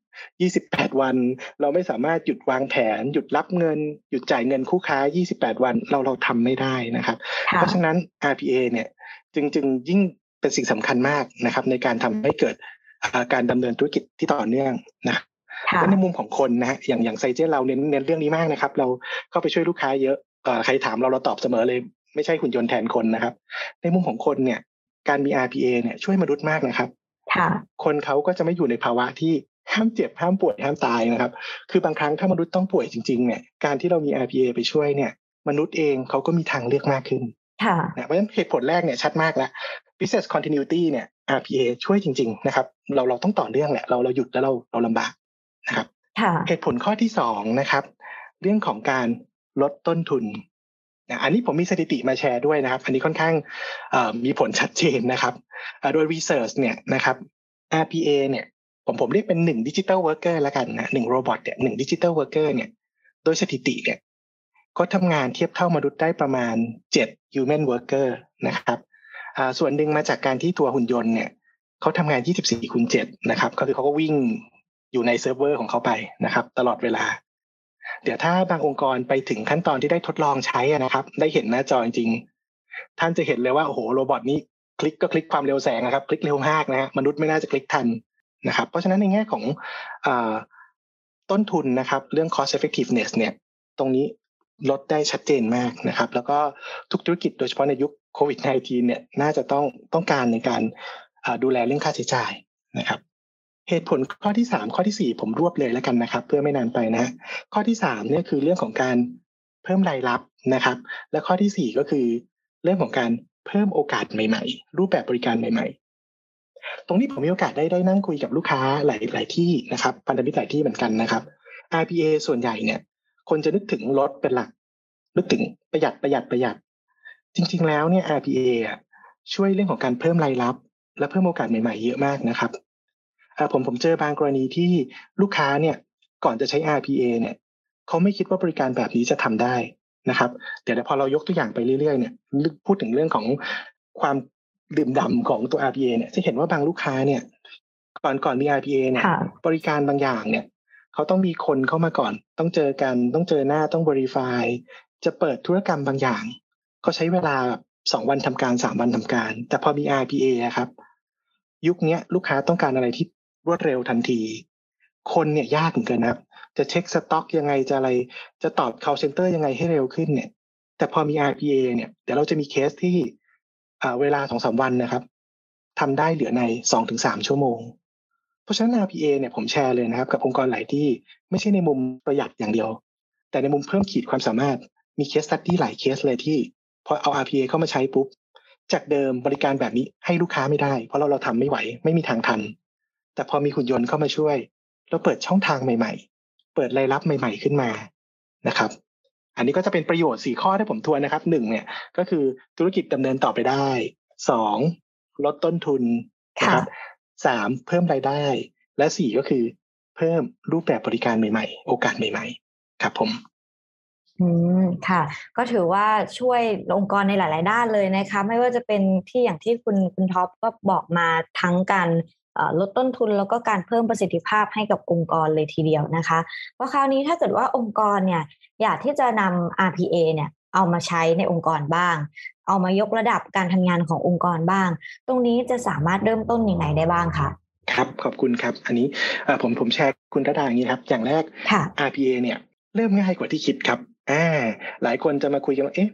28วันเราไม่สามารถหยุดวางแผนหยุดรับเงินหยุดจ่ายเงินคู่ค้า28วันเราทำไม่ได้นะครับเพราะฉะนั้น RPA เนี่ยจึงยิ่งเป็นสิ่งสำคัญมากนะครับในการทำให้เกิดการดำเนินธุรกิจที่ต่อเนื่องนะและในมุมของคนนะฮะอย่างไซเจนเราเน้นเรื่องนี้มากนะครับเราเข้าไปช่วยลูกค้าเยอะใครถามเราตอบเสมอเลยไม่ใช่หุ่นยนต์แทนคนนะครับในมุมของคนเนี่ยการมี RPA เนี่ยช่วยมนุษย์มากนะครับคนเขาก็จะไม่อยู่ในภาวะที่ห้ามเจ็บห้ามป่วยห้ามตายนะครับคือบางครั้งถ้ามนุษย์ต้องป่วยจริงๆเนี่ยการที่เรามี RPA ไปช่วยเนี่ยมนุษย์เองเขาก็มีทางเลือกมากขึ้นเพราะฉะนั้นเหตุผลแรกเนี่ยชัดมากแล้ว business continuity เนี่ย RPA ช่วยจริงๆนะครับเราต้องต่อเนื่องแหละเราหยุดแล้วเราลำบากนะครับเหตุผลข้อที่2นะครับเรื่องของการลดต้นทุนอันนี้ผมมีสถิติมาแชร์ด้วยนะครับอันนี้ค่อนข้างมีผลชัดเจนนะครับโดย research เนี่ยนะครับ RPA เนี่ยผมเรียกเป็น1 digital worker แล้วกันนะ1 robot เนี่ย1 digital worker เนี่ยโดยสถิติเนี่ยก็ทำงานเทียบเท่ามนุษย์ได้ประมาณ7 human worker นะครับส่วนหนึ่งมาจากการที่ตัวหุ่นยนต์เนี่ยเขาทำงาน 24/7 นะครับก็คือเขาก็วิ่งอยู่ในเซิร์ฟเวอร์ของเขาไปนะครับตลอดเวลาเดี๋ยวถ้าบางองค์กรไปถึงขั้นตอนที่ได้ทดลองใช้นะครับได้เห็นหน้าจอจริงๆท่านจะเห็นเลยว่าโอ้โหโรบอทนี้คลิกความเร็วแสงนะครับคลิกเร็วมากนะฮะมนุษย์ไม่น่าจะคลิกทันนะครับเพราะฉะนั้นในแง่ของต้นทุนนะครับเรื่อง cost effectiveness เนี่ยตรงนี้ลดได้ชัดเจนมากนะครับแล้วก็ทุกธุรกิจโดยเฉพาะในยุคโควิด -19 เนี่ยน่าจะต้องการในการดูแลเรื่องค่าใช้จ่ายนะครับเหตุผลข้อที่3ข้อที่4ผมรวบเลยแล้วกันนะครับเพื่อไม่นานไปนะข้อที่3เนี่ยคือเรื่องของการเพิ่มรายรับนะครับและข้อที่4ก็คือเรื่องของการเพิ่มโอกาสใหม่ๆรูปแบบบริการใหม่ๆตรงนี้ผมมีโอกาสได้นั่งคุยกับลูกค้าหลายที่นะครับพันธมิตรหลายที่เหมือนกันนะครับ RPA ส่วนใหญ่เนี่ยคนจะนึกถึงลดเป็นหลักนึกถึงประหยัดจริงๆแล้วเนี่ย RPA ช่วยเรื่องของการเพิ่มรายรับและเพิ่มโอกาสใหม่ๆเยอะมากนะครับผมเจอบางกรณีที่ลูกค้าเนี่ยก่อนจะใช้ RPA เนี่ยเขาไม่คิดว่าบริการแบบนี้จะทำได้นะครับเดี๋ยวพอเรายกตัวอย่างไปเรื่อยๆเนี่ยพูดถึงเรื่องของความดื่มด่ำของตัว RPA เนี่ยจะเห็นว่าบางลูกค้าเนี่ยก่อนมี RPA เนี่ยบริการบางอย่างเนี่ยเขาต้องมีคนเข้ามาก่อนต้องเจอกันต้องเจอหน้าต้อง verify จะเปิดธุรกรรมบางอย่างก็ใช้เวลา2วันทำการ3วันทำการแต่พอมี RPA ครับยุคนี้ลูกค้าต้องการอะไรที่รวดเร็วทันทีคนเนี่ยยากเหมือนกันนะครับจะเช็คสต็อกยังไงจะอะไรจะตอบ call center ยังไงให้เร็วขึ้นเนี่ยแต่พอมี RPA เนี่ยเดี๋ยวเราจะมีเคสที่เวลา 2-3 วันนะครับทำได้เหลือใน 2-3 ชั่วโมงเพราะฉะนั้น RPA เนี่ยผมแชร์เลยนะครับกับองค์กรหลายที่ไม่ใช่ในมุมประหยัดอย่างเดียวแต่ในมุมเพิ่มขีดความสามารถมีเคสสตั๊ดดี้หลายเคสเลยที่พอเอา RPA เข้ามาใช้ปุ๊บจากเดิมบริการแบบนี้ให้ลูกค้าไม่ได้เพราะเราทำไม่ไหวไม่มีทางทันแต่พอมีหุ่นยนต์เข้ามาช่วยเราเปิดช่องทางใหม่ๆเปิดรายรับใหม่ๆขึ้นมานะครับอันนี้ก็จะเป็นประโยชน์4ข้อที่ผมทวนนะครับ1เนี่ยก็คือธุรกิจดำเนินต่อไปได้2ลดต้นทุนนะครับ3เพิ่มรายได้และ4ก็คือเพิ่มรูปแบบบริการใหม่ๆโอกาสใหม่ๆครับผมค่ะก็ถือว่าช่วยองค์กรในหลายๆด้านเลยนะคะไม่ว่าจะเป็นที่อย่างที่คุณท็อปก็บอกมาทั้งการลดต้นทุนแล้วก็การเพิ่มประสิทธิภาพให้กับองค์กรเลยทีเดียวนะคะเพราะคราวนี้ถ้าเกิดว่าองค์กรเนี่ยอยากที่จะนำ RPA เนี่ยเอามาใช้ในองค์กรบ้างเอามายกระดับการทำงานขององค์กรบ้างตรงนี้จะสามารถเริ่มต้นยังไงได้บ้างคะครับขอบคุณครับอันนี้ผมแชร์คุณระดาอย่างนี้ครับอย่างแรก RPA เนี่ยเริ่มง่ายกว่าที่คิดครับหลายคนจะมาคุยกันว่า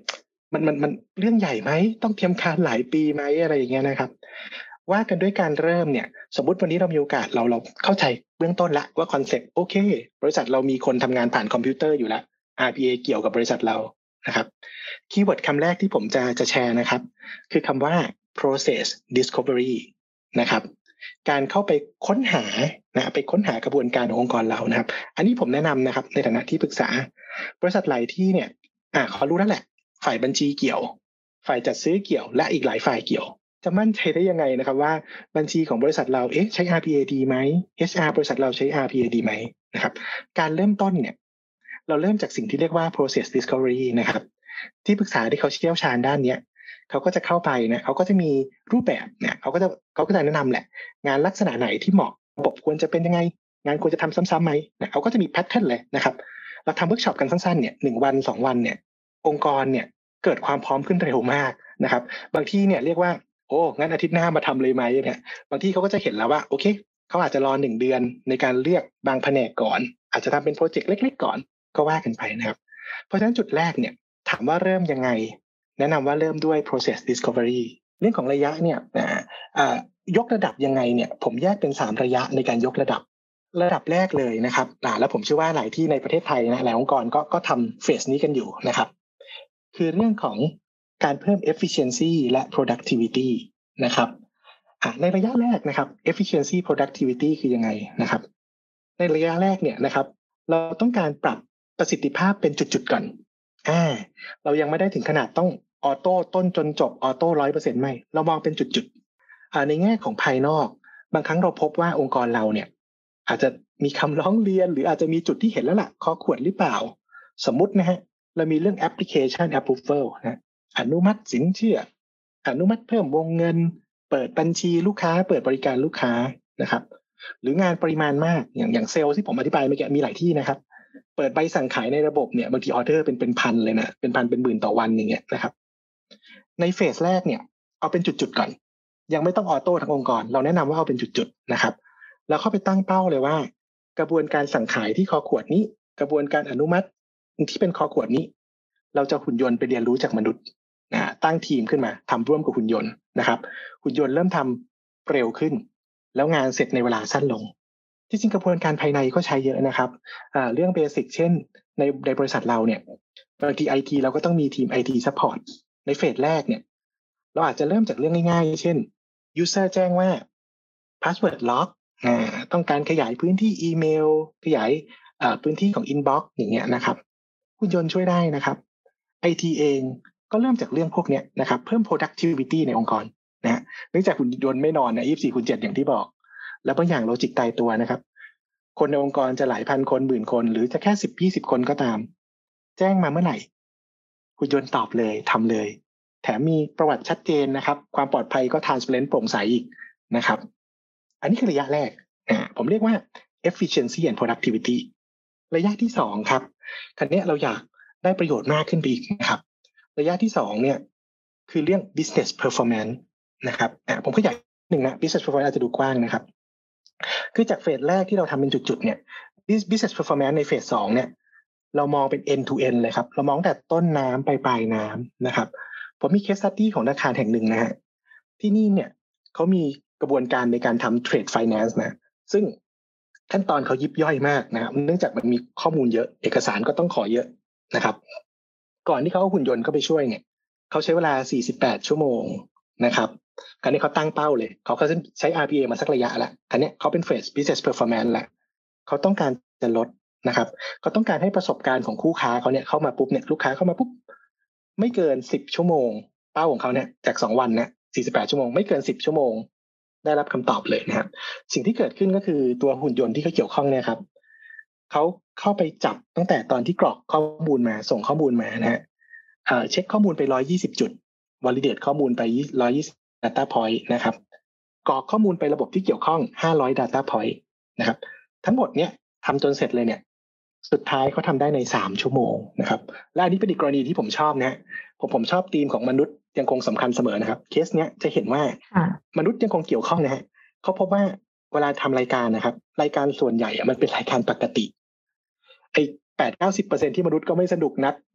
มันเรื่องใหญ่ไหมต้องเตรียมการหลายปีไหมอะไรอย่างเงี้ยนะครับว่ากันด้วยการเริ่มเนี่ยสมมุติวันนี้เรามีโอกาสเราเข้าใจเบื้องต้นละว่าคอนเซ็ปต์โอเคบริษัทเรามีคนทำงานผ่านคอมพิวเตอร์อยู่แล้ว RPA เกี่ยวกับบริษัทเรานะครับคีย์เวิร์ดคำแรกที่ผมจะแชร์นะครับคือคำว่า process discovery นะครับการเข้าไปค้นหาไปค้นหากระบวนการขององค์กรเรานะครับอันนี้ผมแนะนำนะครับในฐานะที่ปรึกษาบริษัทหลายที่เนี่ยเขารู้แล้วแหละฝ่ายบัญชีเกี่ยวฝ่ายจัดซื้อเกี่ยวและอีกหลายฝ่ายเกี่ยวจะมั่นใจได้ยังไงนะครับว่าบัญชีของบริษัทเราใช้ RPA ดีไหม HR บริษัทเราใช้ RPA ดีไหมนะครับการเริ่มต้นเนี่ยเราเริ่มจากสิ่งที่เรียกว่า process discovery นะครับที่ปรึกษาที่เขาเชี่ยวชาญด้านนี้เขาก็จะเข้าไปนะเขาก็จะมีรูปแบบเนี่ยเขาก็จะแนะนำแหละงานลักษณะไหนที่เหมาะระบบควรจะเป็นยังไงงานควรจะทำซ้ำๆไหมนะเขาก็จะมีแพทเทิร์นเลยนะครับเราทำเวิร์กช็อปกันสั้นๆเนี่ย1 วัน 2 วันเนี่ยองค์กรเนี่ยเกิดความพร้อมขึ้นเร็วมากนะครับบางที่เนี่ยเรียกว่าโอ้งั้นอาทิตย์หน้ามาทำเลยไหมเนี่ยบางที่เขาก็จะเห็นแล้วว่าโอเคเขาอาจจะรอ1 เดือนในการเลือกบางแผนกก่อนอาจจะทำเป็นโปรเจกต์เล็กๆก่อนก็ว่ากันไปนะครับเพราะฉะนั้นจุดแรกเนี่ยถามว่าเริ่มยังไงแนะนำว่าเริ่มด้วย process discovery เรื่องของระยะเนี่ยยกระดับยังไงเนี่ยผมแยกเป็น3ระยะในการยกระดับแรกเลยนะครับแล้วผมเชื่อว่าหลายที่ในประเทศไทยนะหลายองค์กรก็ทำเฟสนี้กันอยู่นะครับคือเรื่องของการเพิ่ม efficiency และ productivity นะครับในระยะแรกนะครับ efficiency productivity คือยังไงนะครับในระยะแรกเนี่ยนะครับเราต้องการปรับประสิทธิภาพเป็นจุดๆก่อนเรายังไม่ได้ถึงขนาดต้องออโต้ต้นจนจบออโต้ 100% ไม่เรามองเป็นจุดๆในแง่ของภายนอกบางครั้งเราพบว่าองค์กรเราเนี่ยอาจจะมีคำร้องเรียนหรืออาจจะมีจุดที่เห็นแล้วล่ะข้อขวดหรือเปล่าสมมุตินะฮะเรามีเรื่อง application approval นะอนุมัติสินเชื่ออนุมัติเพิ่มวงเงินเปิดบัญชีลูกค้าเปิดบริการลูกค้านะครับหรืองานปริมาณมากอย่างเซลล์ที่ผมอธิบายเมื่อกี้มีหลายที่นะครับเปิดใบสั่งขายในระบบเนี่ยบางทีออเดอร์เป็นพันเลยนะเป็นพันเป็นหมื่นต่อวันอย่างเงี้ยนะครับในเฟสแรกเนี่ยเอาเป็นจุดๆก่อนยังไม่ต้องออโต้ทั้งองค์กรเราแนะนำว่าเอาเป็นจุดๆนะครับแล้วเข้าไปตั้งเป้าเลยว่ากระบวนการสั่งขายที่คอขวดนี้กระบวนการอนุมัติที่เป็นคอขวดนี้เราจะหุ่นยนต์ไปเรียนรู้จากมนุษย์ตั้งทีมขึ้นมาทำร่วมกับหุ่นยนต์นะครับหุ่นยนต์เริ่มทำเร็วขึ้นแล้วงานเสร็จในเวลาสั้นลงที่จริงกระบวนการภายในก็ใช้เยอะนะครับเรื่องเบสิกเช่นในบริษัทเราเนี่ยบางที IT เราก็ต้องมีทีม IT support ในเฟสแรกเนี่ยเราอาจจะเริ่มจากเรื่องง่ายๆเช่น user แจ้งว่า password lock ต้องการขยายพื้นที่อีเมลขยายพื้นที่ของ inbox อย่างเงี้ยนะครับหุ่นยนต์ช่วยได้นะครับ IT เองก็เริ่มจากเรื่องพวกนี้นะครับเพิ่ม productivity ในองค์กรนะเนื่องจากหุ่นยนต์ไม่นอนนะ24/7อย่างที่บอกแล้วบางอย่างโลจิกตายตัวนะครับคนในองค์กรจะหลายพันคนหมื่นคนหรือจะแค่10-20 คนก็ตามแจ้งมาเมื่อไหร่หุ่นยนต์ตอบเลยทำเลยแถมมีประวัติชัดเจนนะครับความปลอดภัยก็ transparent โปร่งใสอีกนะครับอันนี้คือระยะแรกผมเรียกว่า efficiency and productivity ระยะที่2ครับคราวนี้เราอยากได้ประโยชน์มากขึ้นไปอีกนะครับระยะที่2เนี่ยคือเรื่อง business performance นะครับผมขยายหนึ่งนะ business performance อาจจะดูกว้างนะครับคือจากเฟสแรกที่เราทำเป็นจุดๆเนี่ย business performance ในเฟส2เนี่ยเรามองเป็น end to end เลยครับเรามองแต่ต้นน้ำไปปลายน้ำนะครับผมมี case study ของธนาคารแห่งหนึ่งนะฮะที่นี่เนี่ยเขามีกระบวนการในการทำ trade finance นะซึ่งขั้นตอนเขายิบย่อยมากนะเนื่องจากมันมีข้อมูลเยอะเอกสารก็ต้องขอเยอะนะครับก่อนที่เขาเอาหุ่นยนต์เข้าไปช่วยเนี่ยเขาใช้เวลา48 ชั่วโมงนะครับคราวนี้เขาตั้งเป้าเลยเขาใช้ RPA มาสักระยะแล้วคราวนี้เขาเป็นเฟส business performance แล้วเขาต้องการจะลดนะครับเขาต้องการให้ประสบการณ์ของคู่ค้าเขาเนี่ยเข้ามาปุ๊บเนี่ยลูกค้าเข้ามาปุ๊บไม่เกิน10 ชั่วโมงเป้าของเขาเนี่ยจาก2 วันนะ48 ชั่วโมงไม่เกิน10 ชั่วโมงได้รับคำตอบเลยนะครับสิ่งที่เกิดขึ้นก็คือตัวหุ่นยนต์ที่เขาเกี่ยวข้องเนี่ยครับเขาเข้าไปจับตั้งแต่ตอนที่กรอกข้อมูลมาส่งข้อมูลมานะฮะเช็คข้อมูลไป120 จุด validate ข้อมูลไป120 data point นะครับกรอกข้อมูลไประบบที่เกี่ยวข้อง500 data point นะครับทั้งหมดเนี้ยทำจนเสร็จเลยเนี่ยสุดท้ายเขาทำได้ใน3 ชั่วโมงนะครับและอันนี้เป็นอีกกรณีที่ผมชอบนะผมชอบธีมของมนุษย์ยังคงสำคัญเสมอนะครับเคสเนี้ยจะเห็นว่ามนุษย์ยังคงเกี่ยวข้องนะฮะเขาพบว่าเวลาทำรายการนะครับรายการส่วนใหญ่มันเป็นรายการปกติไอ้ 8-90% ที่มนุษย์ก็ไม่สนุกนัก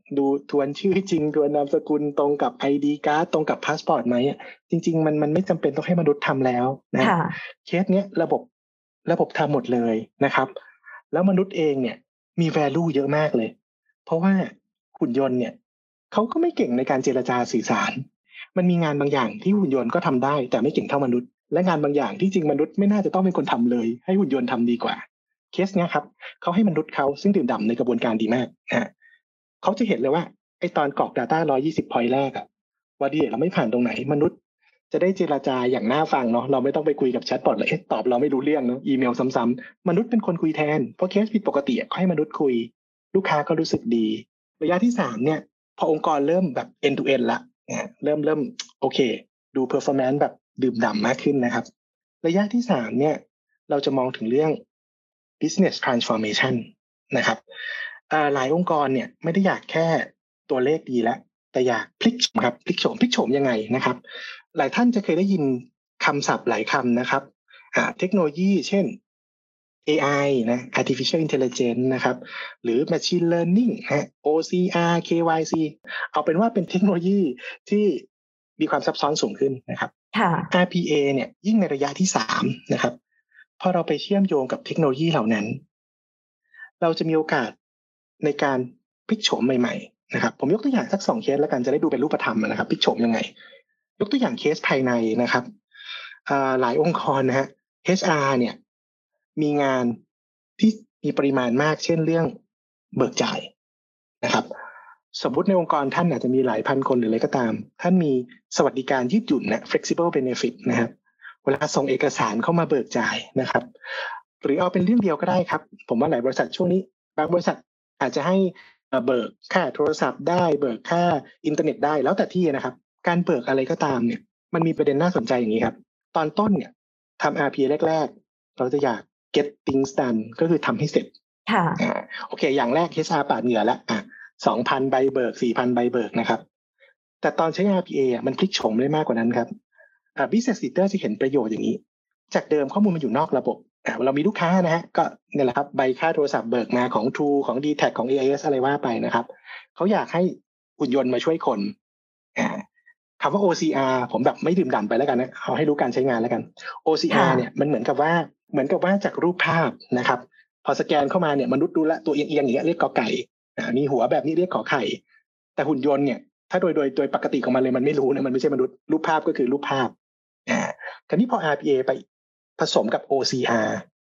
ดูทวนชื่อจริงทวนนามสกุลตรงกับ ID card ตรงกับพาสปอร์ตไหมจริงๆมันไม่จำเป็นต้องให้มนุษย์ทำแล้วนะเคสเนี้ยระบบทำหมดเลยนะครับแล้วมนุษย์เองเนี่ยมี value เยอะมากเลยเพราะว่าหุ่นยนต์เนี่ยเขาก็ไม่เก่งในการเจรจาสื่อสารมันมีงานบางอย่างที่หุ่นยนต์ก็ทำได้แต่ไม่เก่งเท่ามนุษย์และงานบางอย่างที่จริงมนุษย์ไม่น่าจะต้องเป็นคนทำเลยให้หุ่นยนต์ทำดีกว่าเคสเนี้ยครับเขาให้มนุษย์เขาซึ่งดื่มด่ำในกระบวนการดีมากเขาจะเห็นเลยว่าไอ้ตอนกรอก data 120 point แรกอะว่าดีเราไม่ผ่านตรงไหนมนุษย์จะได้เจรจาอย่างน่าฟังเนาะเราไม่ต้องไปคุยกับแชทบอทเลยตอบเราไม่รู้เรื่องเนาะอีเมลซ้ำๆมนุษย์เป็นคนคุยแทนเพราะเคสผิดปกติเขาให้มนุษย์คุยลูกค้าก็รู้สึกดีระยะที่3เนี่ยพอองค์กรเริ่มแบบ end to end ละเริ่มโอเคดู performance แบบดื่มด่ำมากขึ้นนะครับระยะที่3เนี่ยเราจะมองถึงเรื่อง business transformation นะครับหลายองค์กรเนี่ยไม่ได้อยากแค่ตัวเลขดีแล้วแต่อยากพลิกโฉมยังไงนะครับหลายท่านจะเคยได้ยินคำศัพท์หลายคำนะครับเทคโนโลยีเช่น AI นะ artificial intelligence นะครับหรือ machine learning นะ OCR KYC เอาเป็นว่าเป็นเทคโนโลยีที่มีความซับซ้อนสูงขึ้นนะครับ RPA เนี่ยยิ่งในระยะที่3นะครับพอเราไปเชื่อมโยงกับเทคโนโลยีเหล่านั้นเราจะมีโอกาสในการพลิกโฉมใหม่ๆนะครับผมยกตัวอย่างสัก2เคสแล้วกันจะได้ดูเป็นรูปธรรมนะครับพลิกโฉมยังไงยกตัวอย่างเคสภายในนะครับหลายองค์กรนะฮะ HR เนี่ยมีงานที่มีปริมาณมากเช่นเรื่องเบิกจ่ายนะครับสมมุติในองค์กรท่านอาจจะมีหลายพันคนหรืออะไรก็ตามท่านมีสวัสดิการยืดหยุ่นนะ flexible benefit นะครับเวลาส่งเอกสารเข้ามาเบิกจ่ายนะครับหรือเอาเป็นเรื่องเดียวก็ได้ครับผมว่าหลายบริษัทช่วงนี้บางบริษัทอาจจะให้เบิกค่าโทรศัพท์ได้เบิกค่าอินเทอร์เน็ตได้แล้วแต่ที่นะครับการเบิกอะไรก็ตามเนี่ยมันมีประเด็นน่าสนใจอย่างนี้ครับตอนต้นเนี่ยทำ RPA แรกๆเราจะอยาก get things done ก็คือทำให้เสร็จโอเคอย่างแรก HR ปาดเหงื่อแล้ว2,000 ใบเบิก 4,000 ใบเบิกนะครับแต่ตอนใช้ RPA มันพลิกโฉมได้มากกว่านั้นครับbusiness leader จะเห็นประโยชน์อย่างนี้จากเดิมข้อมูลมันอยู่นอกระบบเรามีลูกค้านะฮะก็เนี่ยแหละครับใบค่าโทรศัพท์เบิกมาของ True ของ DTAC ของ AIS อะไรว่าไปนะครับเขาอยากให้หุ่นยนต์มาช่วยคนคำว่า OCR ผมแบบไม่ดื่มด่ำไปแล้วกันนะเอาให้รู้การใช้งานแล้วกัน OCR เนี่ยมันเหมือนกับว่าจากรูปภาพนะครับพอสแกนเข้ามาเนี่ยมนุษย์ดูละตัวเอียงอย่างเงี้ยเรียกกอไก่มีหัวแบบนี้เรียกขอไข่แต่หุ่นยนต์เนี่ยถ้าโดยปกติของมันเลยมันไม่รู้นะมันไม่ใช่มนุษย์รูปภาพก็คือรูปภาพคราวนี้พอ RPA ไปผสมกับ OCR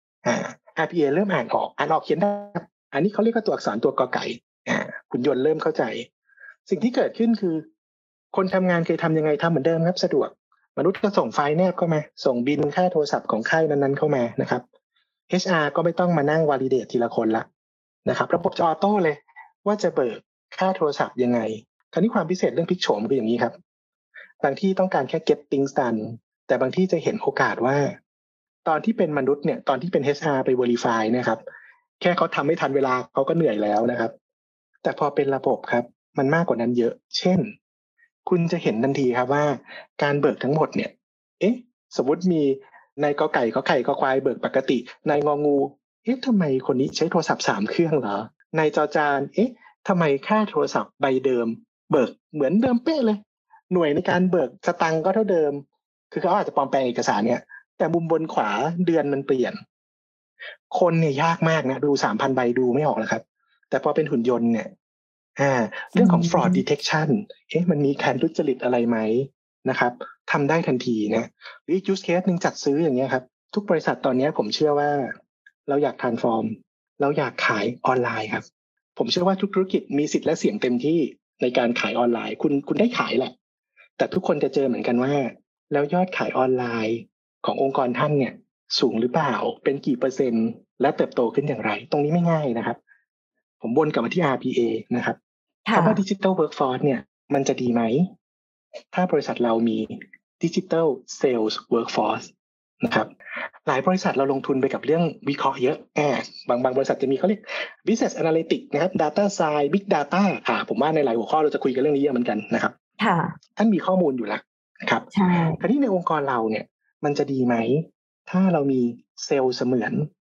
RPA เริ่มอ่านออกเขียนได้อันนี้เขาเรียกว่าตัวอักษรตัวกอไก่หุ่นยนต์เริ่มเข้าใจสิ่งที่เกิดขึ้นคือคนทำงานเคยทำยังไงทำเหมือนเดิมครับสะดวกมนุษย์ก็ส่งไฟล์แนบเข้ามาส่งบิลค่าโทรศัพท์ของค่ายนั้นๆเข้ามานะครับ HR ก็ไม่ต้องมานั่งวอลิเดตทีละคนละนะครับระบบจะออโต้เลยว่าจะเบิกค่าโทรศัพท์ยังไงคราวนี้ความพิเศษเรื่องพลิกโฉมคืออย่างนี้ครับบางที่ต้องการแค่ get things done แต่บางที่จะเห็นโอกาสว่าตอนที่เป็นมนุษย์เนี่ยตอนที่เป็น HR ไป verify นะครับแค่เขาทำไม่ทันเวลาเขาก็เหนื่อยแล้วนะครับแต่พอเป็นระบบครับมันมากกว่านั้นเยอะเช่นคุณจะเห็นทันทีครับว่าการเบิกทั้งหมดเนี่ยสมมติมีนายกอไก่ขอไข่ขอควายเบิกปกตินายงองูทำไมคนนี้ใช้โทรศัพท์3เครื่องเหรอนายจอจานทำไมค่าโทรศัพท์ใบเดิมเบิกเหมือนเดิมเป๊ะเลยหน่วยในการเบิกสตังค์ก็เท่าเดิมคือเขาอาจจะปลอมแปลงเอกสารเนี่ยแต่มุมบนขวาเดือนมันเปลี่ยนคนเนี่ยยากมากนะดู 3,000 ใบดูไม่ออกนะครับแต่พอเป็นหุ่นยนต์เนี่ยเรื่องของ fraud detection มันมีการทุจริตอะไรไหมนะครับทำได้ทันทีนะหรือ use case นึงจัดซื้ออย่างเงี้ยครับทุกบริษัทตอนนี้ผมเชื่อว่าเราอยาก transform เราอยากขายออนไลน์ครับผมเชื่อว่าทุกธุรกิจมีสิทธิ์และเสียงเต็มที่ในการขายออนไลน์คุณได้ขายแหละแต่ทุกคนจะเจอเหมือนกันว่าแล้วยอดขายออนไลน์ขององค์กรท่านเนี่ยสูงหรือเปล่าเป็นกี่เปอร์เซ็นต์และเติบโตขึ้นอย่างไรตรงนี้ไม่ง่ายนะครับผมวนกลับมาที่ RPA นะครับคำว่า Digital Workforce เนี่ยมันจะดีไหมถ้าบริษัทเรามี Digital Sales Workforce นะครับหลายบริษัทเราลงทุนไปกับเรื่องวิเคราะห์เยอะบางบริษัทจะมีเขาเรียก Business Analytics นะครับ Data Science Big Data ผมว่าในหลายหัวข้อเราจะคุยกันเรื่องนี้เยอะเหมือนกันนะครับท่านมีข้อมูลอยู่แล้วนะครับคราวนี้ในองค์กรเราเนี่ยมันจะดีไหมถ้าเรามีเซลล์เสมือน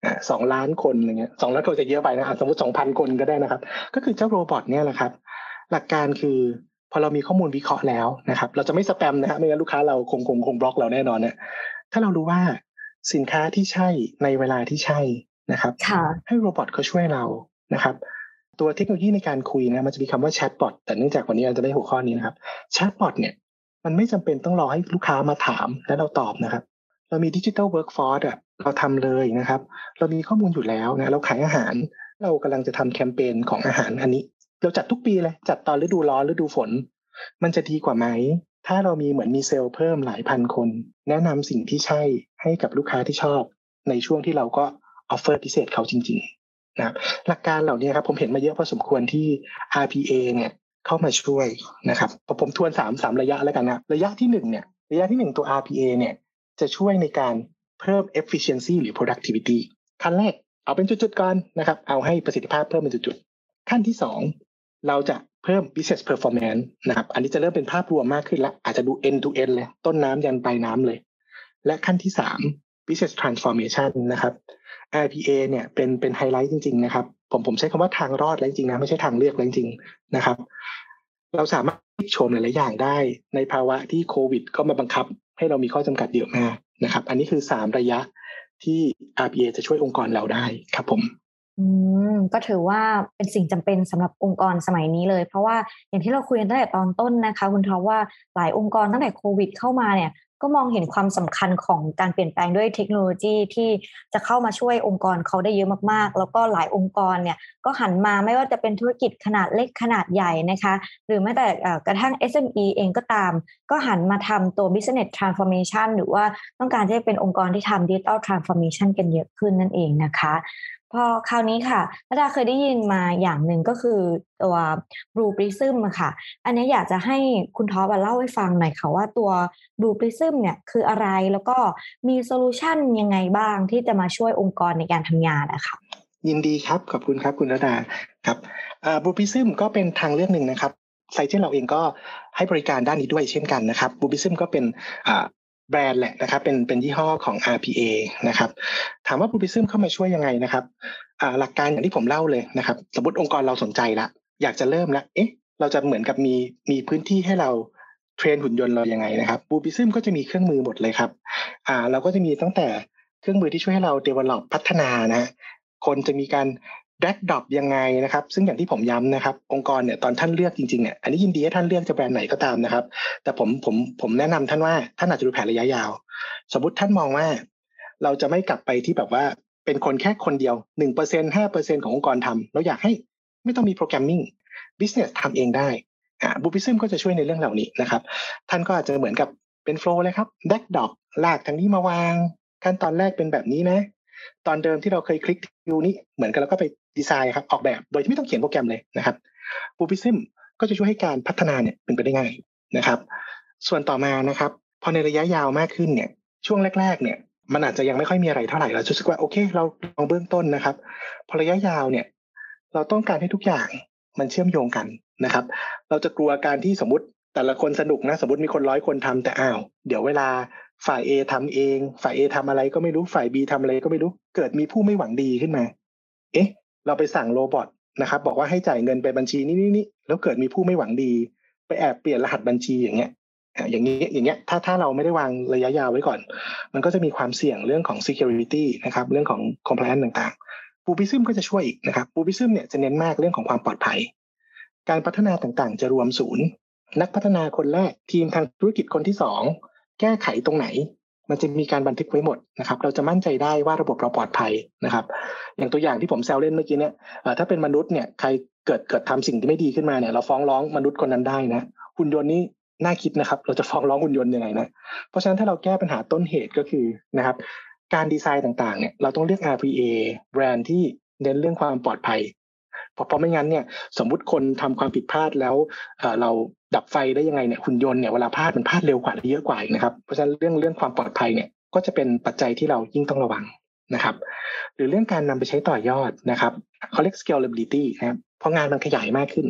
2 ล้านคนอะไรเงี้ย2 ล้านคนจะเยอะไปนะสมมุติ 2,000 คนก็ได้นะครับก็คือเจ้าโรบอทเนี่ยแหละครับหลักการคือพอเรามีข้อมูลวิเคราะห์แล้วนะครับเราจะไม่สแปมนะฮะไม่งั้นลูกค้าเราคงบล็อกเราแน่นอนเนี่ยถ้าเรารู้ว่าสินค้าที่ใช่ในเวลาที่ใช่นะครับให้โรบอทเขาช่วยเรานะครับตัวเทคโนโลยีในการคุยนะมันจะมีคำว่าแชทบอทแต่เนื่องจากวันนี้เราจะได้หัวข้อนี้นะครับแชทบอทเนี่ยมันไม่จำเป็นต้องรอให้ลูกค้ามาถามแล้วเราตอบนะครับเรามี Digital Workforce เราทำเลยนะครับเรามีข้อมูลอยู่แล้วนะเราขายอาหารเรากำลังจะทำแคมเปญของอาหารอันนี้เราจัดทุกปีเลยจัดตอนฤดูร้อนฤดูฝนมันจะดีกว่าไหมถ้าเรามีเหมือนมีเซลล์เพิ่มหลายพันคนแนะนำสิ่งที่ใช่ให้กับลูกค้าที่ชอบในช่วงที่เราก็ออฟเฟอร์พิเศษเขาจริงๆนะครับหลักการเหล่านี้ครับผมเห็นมาเยอะพอสมควรที่ RPA เนี่ยเข้ามาช่วยนะครับผมทวน3ระยะแล้วกันนะระยะที่1เนี่ยระยะที่1ตัว RPA เนี่ยจะช่วยในการเพิ่ม efficiency หรือ productivity ขั้นแรกเอาเป็นจุดๆก่อนนะครับเอาให้ประสิทธิภาพเพิ่มเป็นจุดๆขั้นที่2เราจะเพิ่ม business performance นะครับอันนี้จะเริ่มเป็นภาพรวมมากขึ้นแล้วอาจจะดู end to end เลยต้นน้ำยันปลายน้ำเลยและขั้นที่3 business transformation นะครับ RPA เนี่ยเป็นไฮไลท์จริงๆนะครับผมใช้คำว่าทางรอดแล้วจริงๆนะไม่ใช่ทางเลือกแล้วจริงๆนะครับเราสามารถโชว์หลายๆอย่างได้ในภาวะที่โควิดก็มาบังคับให้เรามีข้อจำกัดเยอะมากนะครับอันนี้คือ3ระยะที่ RPA จะช่วยองค์กรเราได้ครับผมก็ถือว่าเป็นสิ่งจำเป็นสำหรับองค์กรสมัยนี้เลยเพราะว่าอย่างที่เราคุยกันตั้งแต่ตอนต้นนะคะคุณท็อปว่าหลายองค์กรตั้งแต่โควิดเข้ามาเนี่ยก็มองเห็นความสำคัญของการเปลี่ยนแปลงด้วยเทคโนโลยีที่จะเข้ามาช่วยองค์กรเขาได้เยอะมากๆแล้วก็หลายองค์กรเนี่ยก็หันมาไม่ว่าจะเป็นธุรกิจขนาดเล็กขนาดใหญ่นะคะหรือแม้แต่กระทั่ง SME เองก็ตามก็หันมาทำตัว Business Transformation หรือว่าต้องการที่จะเป็นองค์กรที่ทำ Digital Transformation กันเยอะขึ้นนั่นเองนะคะพอคราวนี้ค่ะระดาเคยได้ยินมาอย่างหนึ่งก็คือตัว Blue Prism อะค่ะอันนี้อยากจะให้คุณท็อปเล่าให้ฟังหน่อยค่ะว่าตัว Blue Prism เนี่ยคืออะไรแล้วก็มีโซลูชันยังไงบ้างที่จะมาช่วยองค์กรในการทำงานอะค่ะยินดีครับขอบคุณครับคุณระดาครับBlue Prism ก็เป็นทางเลือกหนึ่งนะครับไซเจนเราเองก็ให้บริการด้านนี้ด้วยเช่นกันนะครับ Blue Prism ก็เป็นแบรนด์แหละนะครับเป็นยี่ห้อของ RPA นะครับถามว่า Blue Prism เข้ามาช่วยยังไงนะครับหลักการอย่างที่ผมเล่าเลยนะครับสมมติองค์กรเราสนใจละอยากจะเริ่มละเราจะเหมือนกับมีพื้นที่ให้เราเทรนหุ่นยนต์เรายังไงนะครับ Blue Prism ก็จะมีเครื่องมือหมดเลยครับเราก็จะมีตั้งแต่เครื่องมือที่ช่วยให้เรา develop พัฒนานะคนจะมีการ drag drop ยังไงนะครับซึ่งอย่างที่ผมย้ำนะครับองค์กรเนี่ยตอนท่านเลือกจริงๆเนี่ยอันนี้ยินดีให้ท่านเลือกจะแบรนด์ไหนก็ตามนะครับแต่ผมแนะนำท่านว่าท่านอาจจะดูแผนระยะยาวสมมุติท่านมองว่าเราจะไม่กลับไปที่แบบว่าเป็นคนแค่คนเดียว 1% 5% ขององค์กรทำเราอยากให้ไม่ต้องมีโปรแกรมมิ่ง business ทำเองได้Blue Prism ก็จะช่วยในเรื่องเหล่านี้นะครับท่านก็อาจจะเหมือนกับเป็นโฟลว์เลยครับ drag drop ลากทางนี้มาวางขั้นตอนแรกเป็นแบบนี้นะตอนเดิมที่เราเคยคลิกทิวนี้เหมือนกันเราก็ไปดีไซน์ครับออกแบบโดยที่ไม่ต้องเขียนโปรแกรมเลยนะครับ Blue Prism ก็จะช่วยให้การพัฒนาเนี่ยเป็นไปได้ง่ายนะครับส่วนต่อมานะครับพอในระยะยาวมากขึ้นเนี่ยช่วงแรกๆเนี่ยมันอาจจะยังไม่ค่อยมีอะไรเท่าไหร่เรารู้สึกว่าโอเคเราลองเบื้องต้นนะครับพอระยะยาวเนี่ยเราต้องการให้ทุกอย่างมันเชื่อมโยงกันนะครับเราจะกลัวการที่สมมติแต่ละคนสนุกนะสมมติมีคน100 คนทำแต่เดี๋ยวเวลาฝ่าย A ทำเองฝ่าย A ทำอะไรก็ไม่รู้ฝ่าย B ทำอะไรก็ไม่รู้เกิดมีผู้ไม่หวังดีขึ้นมาเราไปสั่งโรบอทนะครับบอกว่าให้จ่ายเงินไปบัญชีนี้แล้วเกิดมีผู้ไม่หวังดีไปแอบเปลี่ยนรหัสบัญชีอย่างเงี้ยถ้าเราไม่ได้วางระยะยาวไว้ก่อนมันก็จะมีความเสี่ยงเรื่องของ security นะครับเรื่องของ compliance ต่างๆ Blue Prism ก็จะช่วยอีกนะครับ Blue Prism เนี่ยจะเน้นมากเรื่องของความปลอดภัยการพัฒนาต่างๆจะรวมศูนย์นักพัฒนาคนแรกทีมทางธุรกิจคนที่2แก้ไขตรงไหนมันจะมีการบันทึกไว้หมดนะครับเราจะมั่นใจได้ว่าระบบเราปลอดภัยนะครับอย่างตัวอย่างที่ผมแซวเล่นเมื่อกี้เนี่ยถ้าเป็นมนุษย์เนี่ยใครเกิดทำสิ่งที่ไม่ดีขึ้นมาเนี่ยเราฟ้องร้องมนุษย์คนนั้นได้นะหุ่นยนต์นี้น่าคิดนะครับเราจะฟ้องร้องหุ่นยนต์ยังไงนะเพราะฉะนั้นถ้าเราแก้ปัญหาต้นเหตุก็คือนะครับการดีไซน์ต่างๆเนี่ยเราต้องเลือก RPA แบรนด์ที่เน้นเรื่องความปลอดภัยเพราะไม่งั้นเนี่ยสมมุติคนทำความผิดพลาดแล้วเราดับไฟได้ยังไงเนี่ยหุ่นยนต์เนี่ยเวลาพลาดมันพลาดเร็วกว่าเยอะกว่านะครับเพราะฉะนั้นเรื่องความปลอดภัยเนี่ยก็จะเป็นปัจจัยที่เรายิ่งต้องระวังนะครับหรือเรื่องการนำไปใช้ต่อยอดนะครับเขาเรียก scalability นะครับพองานมันขยายมากขึ้น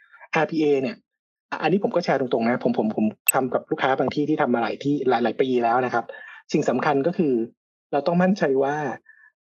RPA เนี่ยอันนี้ผมก็แชร์ตรงๆนะผมทำกับลูกค้าบางที่ทำมาหลายปีแล้วนะครับสิ่งสำคัญก็คือเราต้องมั่นใจว่า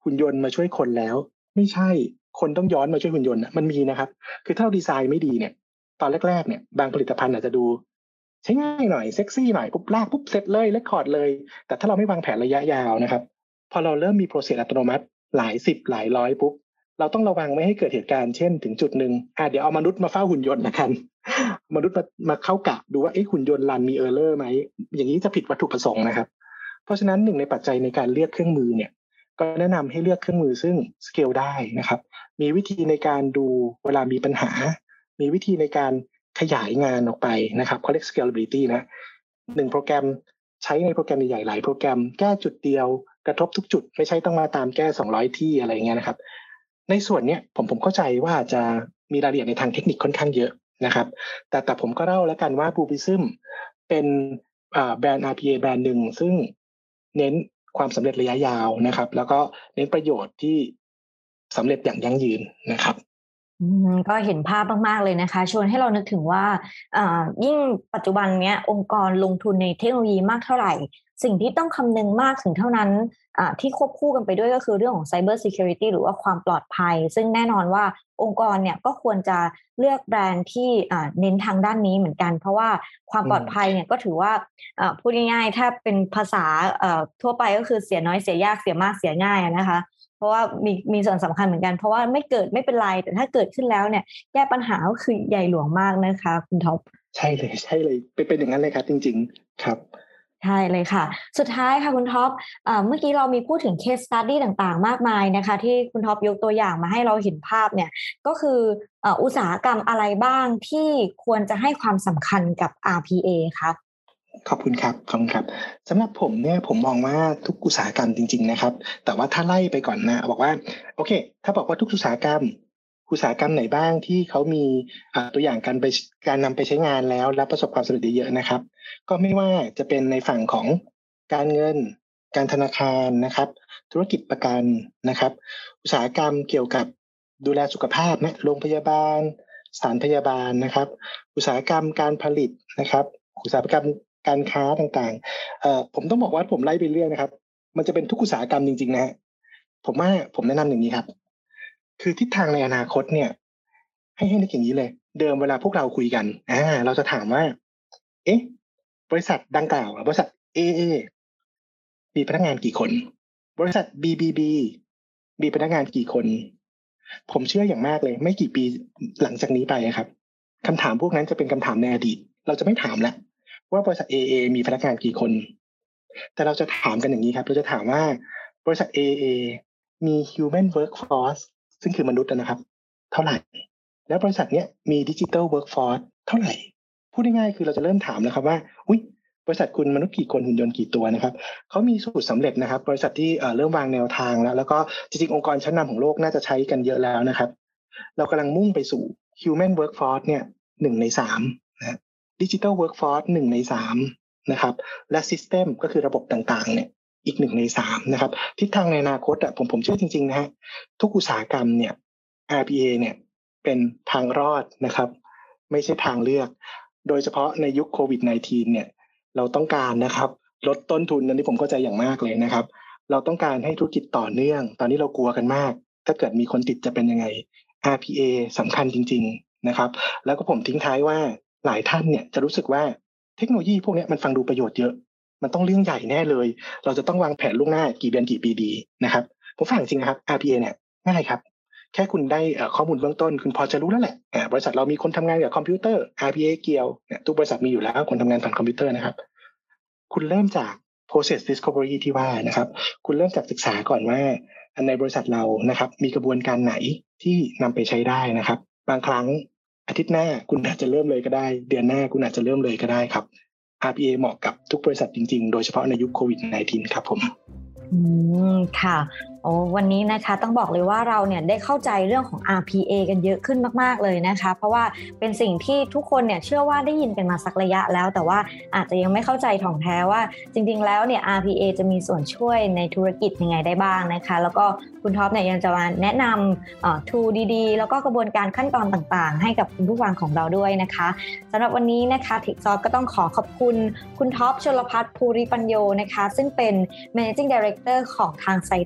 หุ่นยนต์มาช่วยคนแล้วไม่ใช่คนต้องย้อนมาช่วยหุ่นยนต์มันมีนะครับคือถ้าเราดีไซน์ไม่ดีเนี่ยตอนแรกๆเนี่ยบางผลิตภัณฑ์อาจจะดูใช้ง่ายหน่อยเซ็กซี่หน่อยปุ๊บลากปุ๊บเสร็จเลยเรคคอร์ดเลยแต่ถ้าเราไม่วางแผนระยะยาวนะครับพอเราเริ่มมีโปรเซสอัตโนมัติหลายสิบหลายร้อยปุ๊บเราต้องระวังไม่ให้เกิดเหตุการณ์เช่นถึงจุดหนึ่งเดี๋ยวเอามนุษย์มาเฝ้าหุ่นยนต์นะครับมนุษย์มาเข้ากะดูว่าหุ่นยนต์รันมีเออร์เลอร์ไหมอย่างนี้จะผิดวัตถุประสงค์นะครับเพราะฉะนั้นหนึ่งในปัจจัยในการเลือกเครื่องมือเนี่ยก็แนะนำให้เลือกเครื่องมือซึ่งสเกลได้นะครับมีวิธีในการดูเวลามีปัญหามีวิธีในการขยายงานออกไปนะครับเขาเรียก scalability นะ1โปรแกรมใช้ในโปรแกรมใหญ่ๆหลายโปรแกรมแก้จุดเดียวกระทบทุกจุดไม่ใช่ต้องมาตามแก้200ที่อะไรเงี้ยนะครับในส่วนเนี้ยผมเข้าใจว่าจะมีรายละเอียดในทางเทคนิคค่อนข้างเยอะนะครับแต่ผมก็เล่าแล้วกันว่า Blueprism เป็นแบรนด์ RPA แบรนด์หนึ่งซึ่งเน้นความสำเร็จระยะยาวนะครับแล้วก็เน้นประโยชน์ที่สำเร็จอย่างยั่งยืนนะครับก็เห็นภาพมากๆเลยนะคะชวนให้เรานึกถึงว่ายิ่งปัจจุบันเนี้ยองค์กรลงทุนในเทคโนโลยีมากเท่าไหร่สิ่งที่ต้องคำนึงมากถึงเท่านั้นที่ควบคู่กันไปด้วยก็คือเรื่องของ Cyber Security หรือว่าความปลอดภัยซึ่งแน่นอนว่าองค์กรเนี่ยก็ควรจะเลือกแบรนด์ที่เน้นทางด้านนี้เหมือนกันเพราะว่าความปลอดภัยเนี่ยก็ถือว่าพูดง่ายๆถ้าเป็นภาษาทั่วไปก็คือเสียน้อยเสียยากเสียมากเสียง่ายนะคะเพราะว่ามีส่วนสำคัญเหมือนกันเพราะว่าไม่เกิดไม่เป็นไรแต่ถ้าเกิดขึ้นแล้วเนี่ยแก้ปัญหาก็คือใหญ่หลวงมากนะคะคุณท็อปใช่เลยเป็นอย่างนั้นเลยครับจริงๆครับใช่เลยค่ะสุดท้ายค่ะคุณท็อปเมื่อกี้เรามีพูดถึง case study ต่างๆมากมายนะคะที่คุณท็อปยกตัวอย่างมาให้เราเห็นภาพเนี่ยก็คืออุตสาหกรรมอะไรบ้างที่ควรจะให้ความสำคัญกับ RPA คะขอบคุณครับสำหรับผมเนี่ยผมมองว่าทุกอุตสาหกรรมจริงๆนะครับแต่ว่าถ้าไล่ไปก่อนนะบอกว่าโอเคถ้าบอกว่าทุกอุตสาหกรรมไหนบ้างที่เขามีตัวอย่างการนำไปใช้งานแล้วและประสบความสำเร็จเยอะๆนะครับก็ไม่ว่าจะเป็นในฝั่งของการเงินการธนาคารนะครับธุรกิจประกันนะครับอุตสาหกรรมเกี่ยวกับดูแลสุขภาพนะโรงพยาบาลสถานพยาบาลนะครับอุตสาหกรรมการผลิตนะครับอุตสาหกรรมการค้าต่างๆผมต้องบอกว่าผมไล่ไปเรื่อยนะครับมันจะเป็นทุกอุตสาหกรรมจริงๆนะฮะผมแนะนำอย่างนี้ครับคือทิศทางในอนาคตเนี่ยให้นึกอย่างนี้เลยเดิมเวลาพวกเราคุยกันเราจะถามว่าบริษัทดังกล่าวบริษัท AA มีพนักงานกี่คนบริษัท BBB มีพนักงานกี่คนผมเชื่ออย่างมากเลยไม่กี่ปีหลังจากนี้ไปครับคำถามพวกนั้นจะเป็นคำถามในอดีตเราจะไม่ถามแล้วว่าบริษัท AA มีพนักงานกี่คนแต่เราจะถามกันอย่างนี้ครับเราจะถามว่าบริษัท AA มี human workforce ซึ่งคือมนุษย์นะครับเท่าไหร่แล้วบริษัทเนี้ยมี digital workforce เท่าไหร่พูดง่ายๆคือเราจะเริ่มถามแล้วครับว่าบริษัทคุณมนุษย์กี่คนหุ่นยนต์กี่ตัวนะครับเขามีสูตรสำเร็จนะครับบริษัทที่เริ่มวางแนวทางแล้วก็จริงๆองค์กรชั้นนำของโลกน่าจะใช้กันเยอะแล้วนะครับเรากำลังมุ่งไปสู่ human workforce เนี่ย1 ใน 3นะDigital Workforce 1 ใน 3นะครับและ System ก็คือระบบต่างๆเนี่ยอีก1 ใน 3นะครับทิศทางในอนาคตผมเชื่อจริงๆนะฮะทุกอุตสาหกรรมเนี่ย RPA เนี่ยเป็นทางรอดนะครับไม่ใช่ทางเลือกโดยเฉพาะในยุคโควิด -19 เนี่ยเราต้องการนะครับลดต้นทุนอันนี้ผมเข้าใจอย่างมากเลยนะครับเราต้องการให้ธุรกิจต่อเนื่องตอนนี้เรากลัวกันมากถ้าเกิดมีคนติดจะเป็นยังไง RPA สำคัญจริงๆนะครับแล้วก็ผมทิ้งท้ายว่าหลายท่านเนี่ยจะรู้สึกว่าเทคโนโลยีพวกนี้มันฟังดูประโยชน์เยอะมันต้องเรื่องใหญ่แน่เลยเราจะต้องวางแผนล่วงหน้ากี่เดือนกี่ปีดีนะครับผมฝากจริงนะครับ RPA เนี่ยง่ายครับแค่คุณได้ข้อมูลเบื้องต้นคุณพอจะรู้แล้วแหละบริษัทเรามีคนทำงานกับคอมพิวเตอร์ RPA เกี่ยวทุกบริษัทมีอยู่แล้วคนทำงานผ่านคอมพิวเตอร์นะครับคุณเริ่มจาก process discovery ที่ว่านะครับคุณเริ่มจากศึกษาก่อนว่าในบริษัทเรานะครับมีกระบวนการไหนที่นำไปใช้ได้นะครับบางครั้งอาทิตย์หน้าคุณอาจจะเริ่มเลยก็ได้เดือนหน้าคุณอาจจะเริ่มเลยก็ได้ครับ RPA เหมาะกับทุกบริษัทจริงๆโดยเฉพาะในยุคโควิด -19 ครับผมค่ะวันนี้นะคะต้องบอกเลยว่าเราเนี่ยได้เข้าใจเรื่องของ RPA กันเยอะขึ้นมากๆเลยนะคะเพราะว่าเป็นสิ่งที่ทุกคนเนี่ยเชื่อว่าได้ยินกันมาสักระยะแล้วแต่ว่าอาจจะยังไม่เข้าใจถ่องแท้ว่าจริงๆแล้วเนี่ย RPA จะมีส่วนช่วยในธุรกิจยังไงได้บ้างนะคะแล้วก็คุณท็อปเนี่ยยังจะมาแนะนำtool ดีๆแล้วก็กระบวนการขั้นตอนต่างๆให้กับคุณผู้ฟังของเราด้วยนะคะสำหรับวันนี้นะคะ TechSauce ก็ต้องขอบคุณคุณท็อปชลภัทรภูริปัญโยนะคะซึ่งเป็น Managing Director ของทางไซเจนมากๆ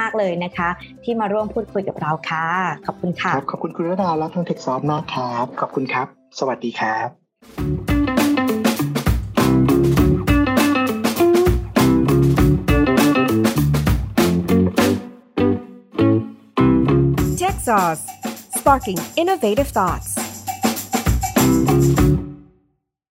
ากๆเลยนะคะที่มาร่วมพูดคุยกับเราค่ะขอบคุณค่ะขอบคุณคุณระดาและทาง TechSource มากครับขอบคุณครับสวัสดีครับ TechSauce, sparking innovative thoughts.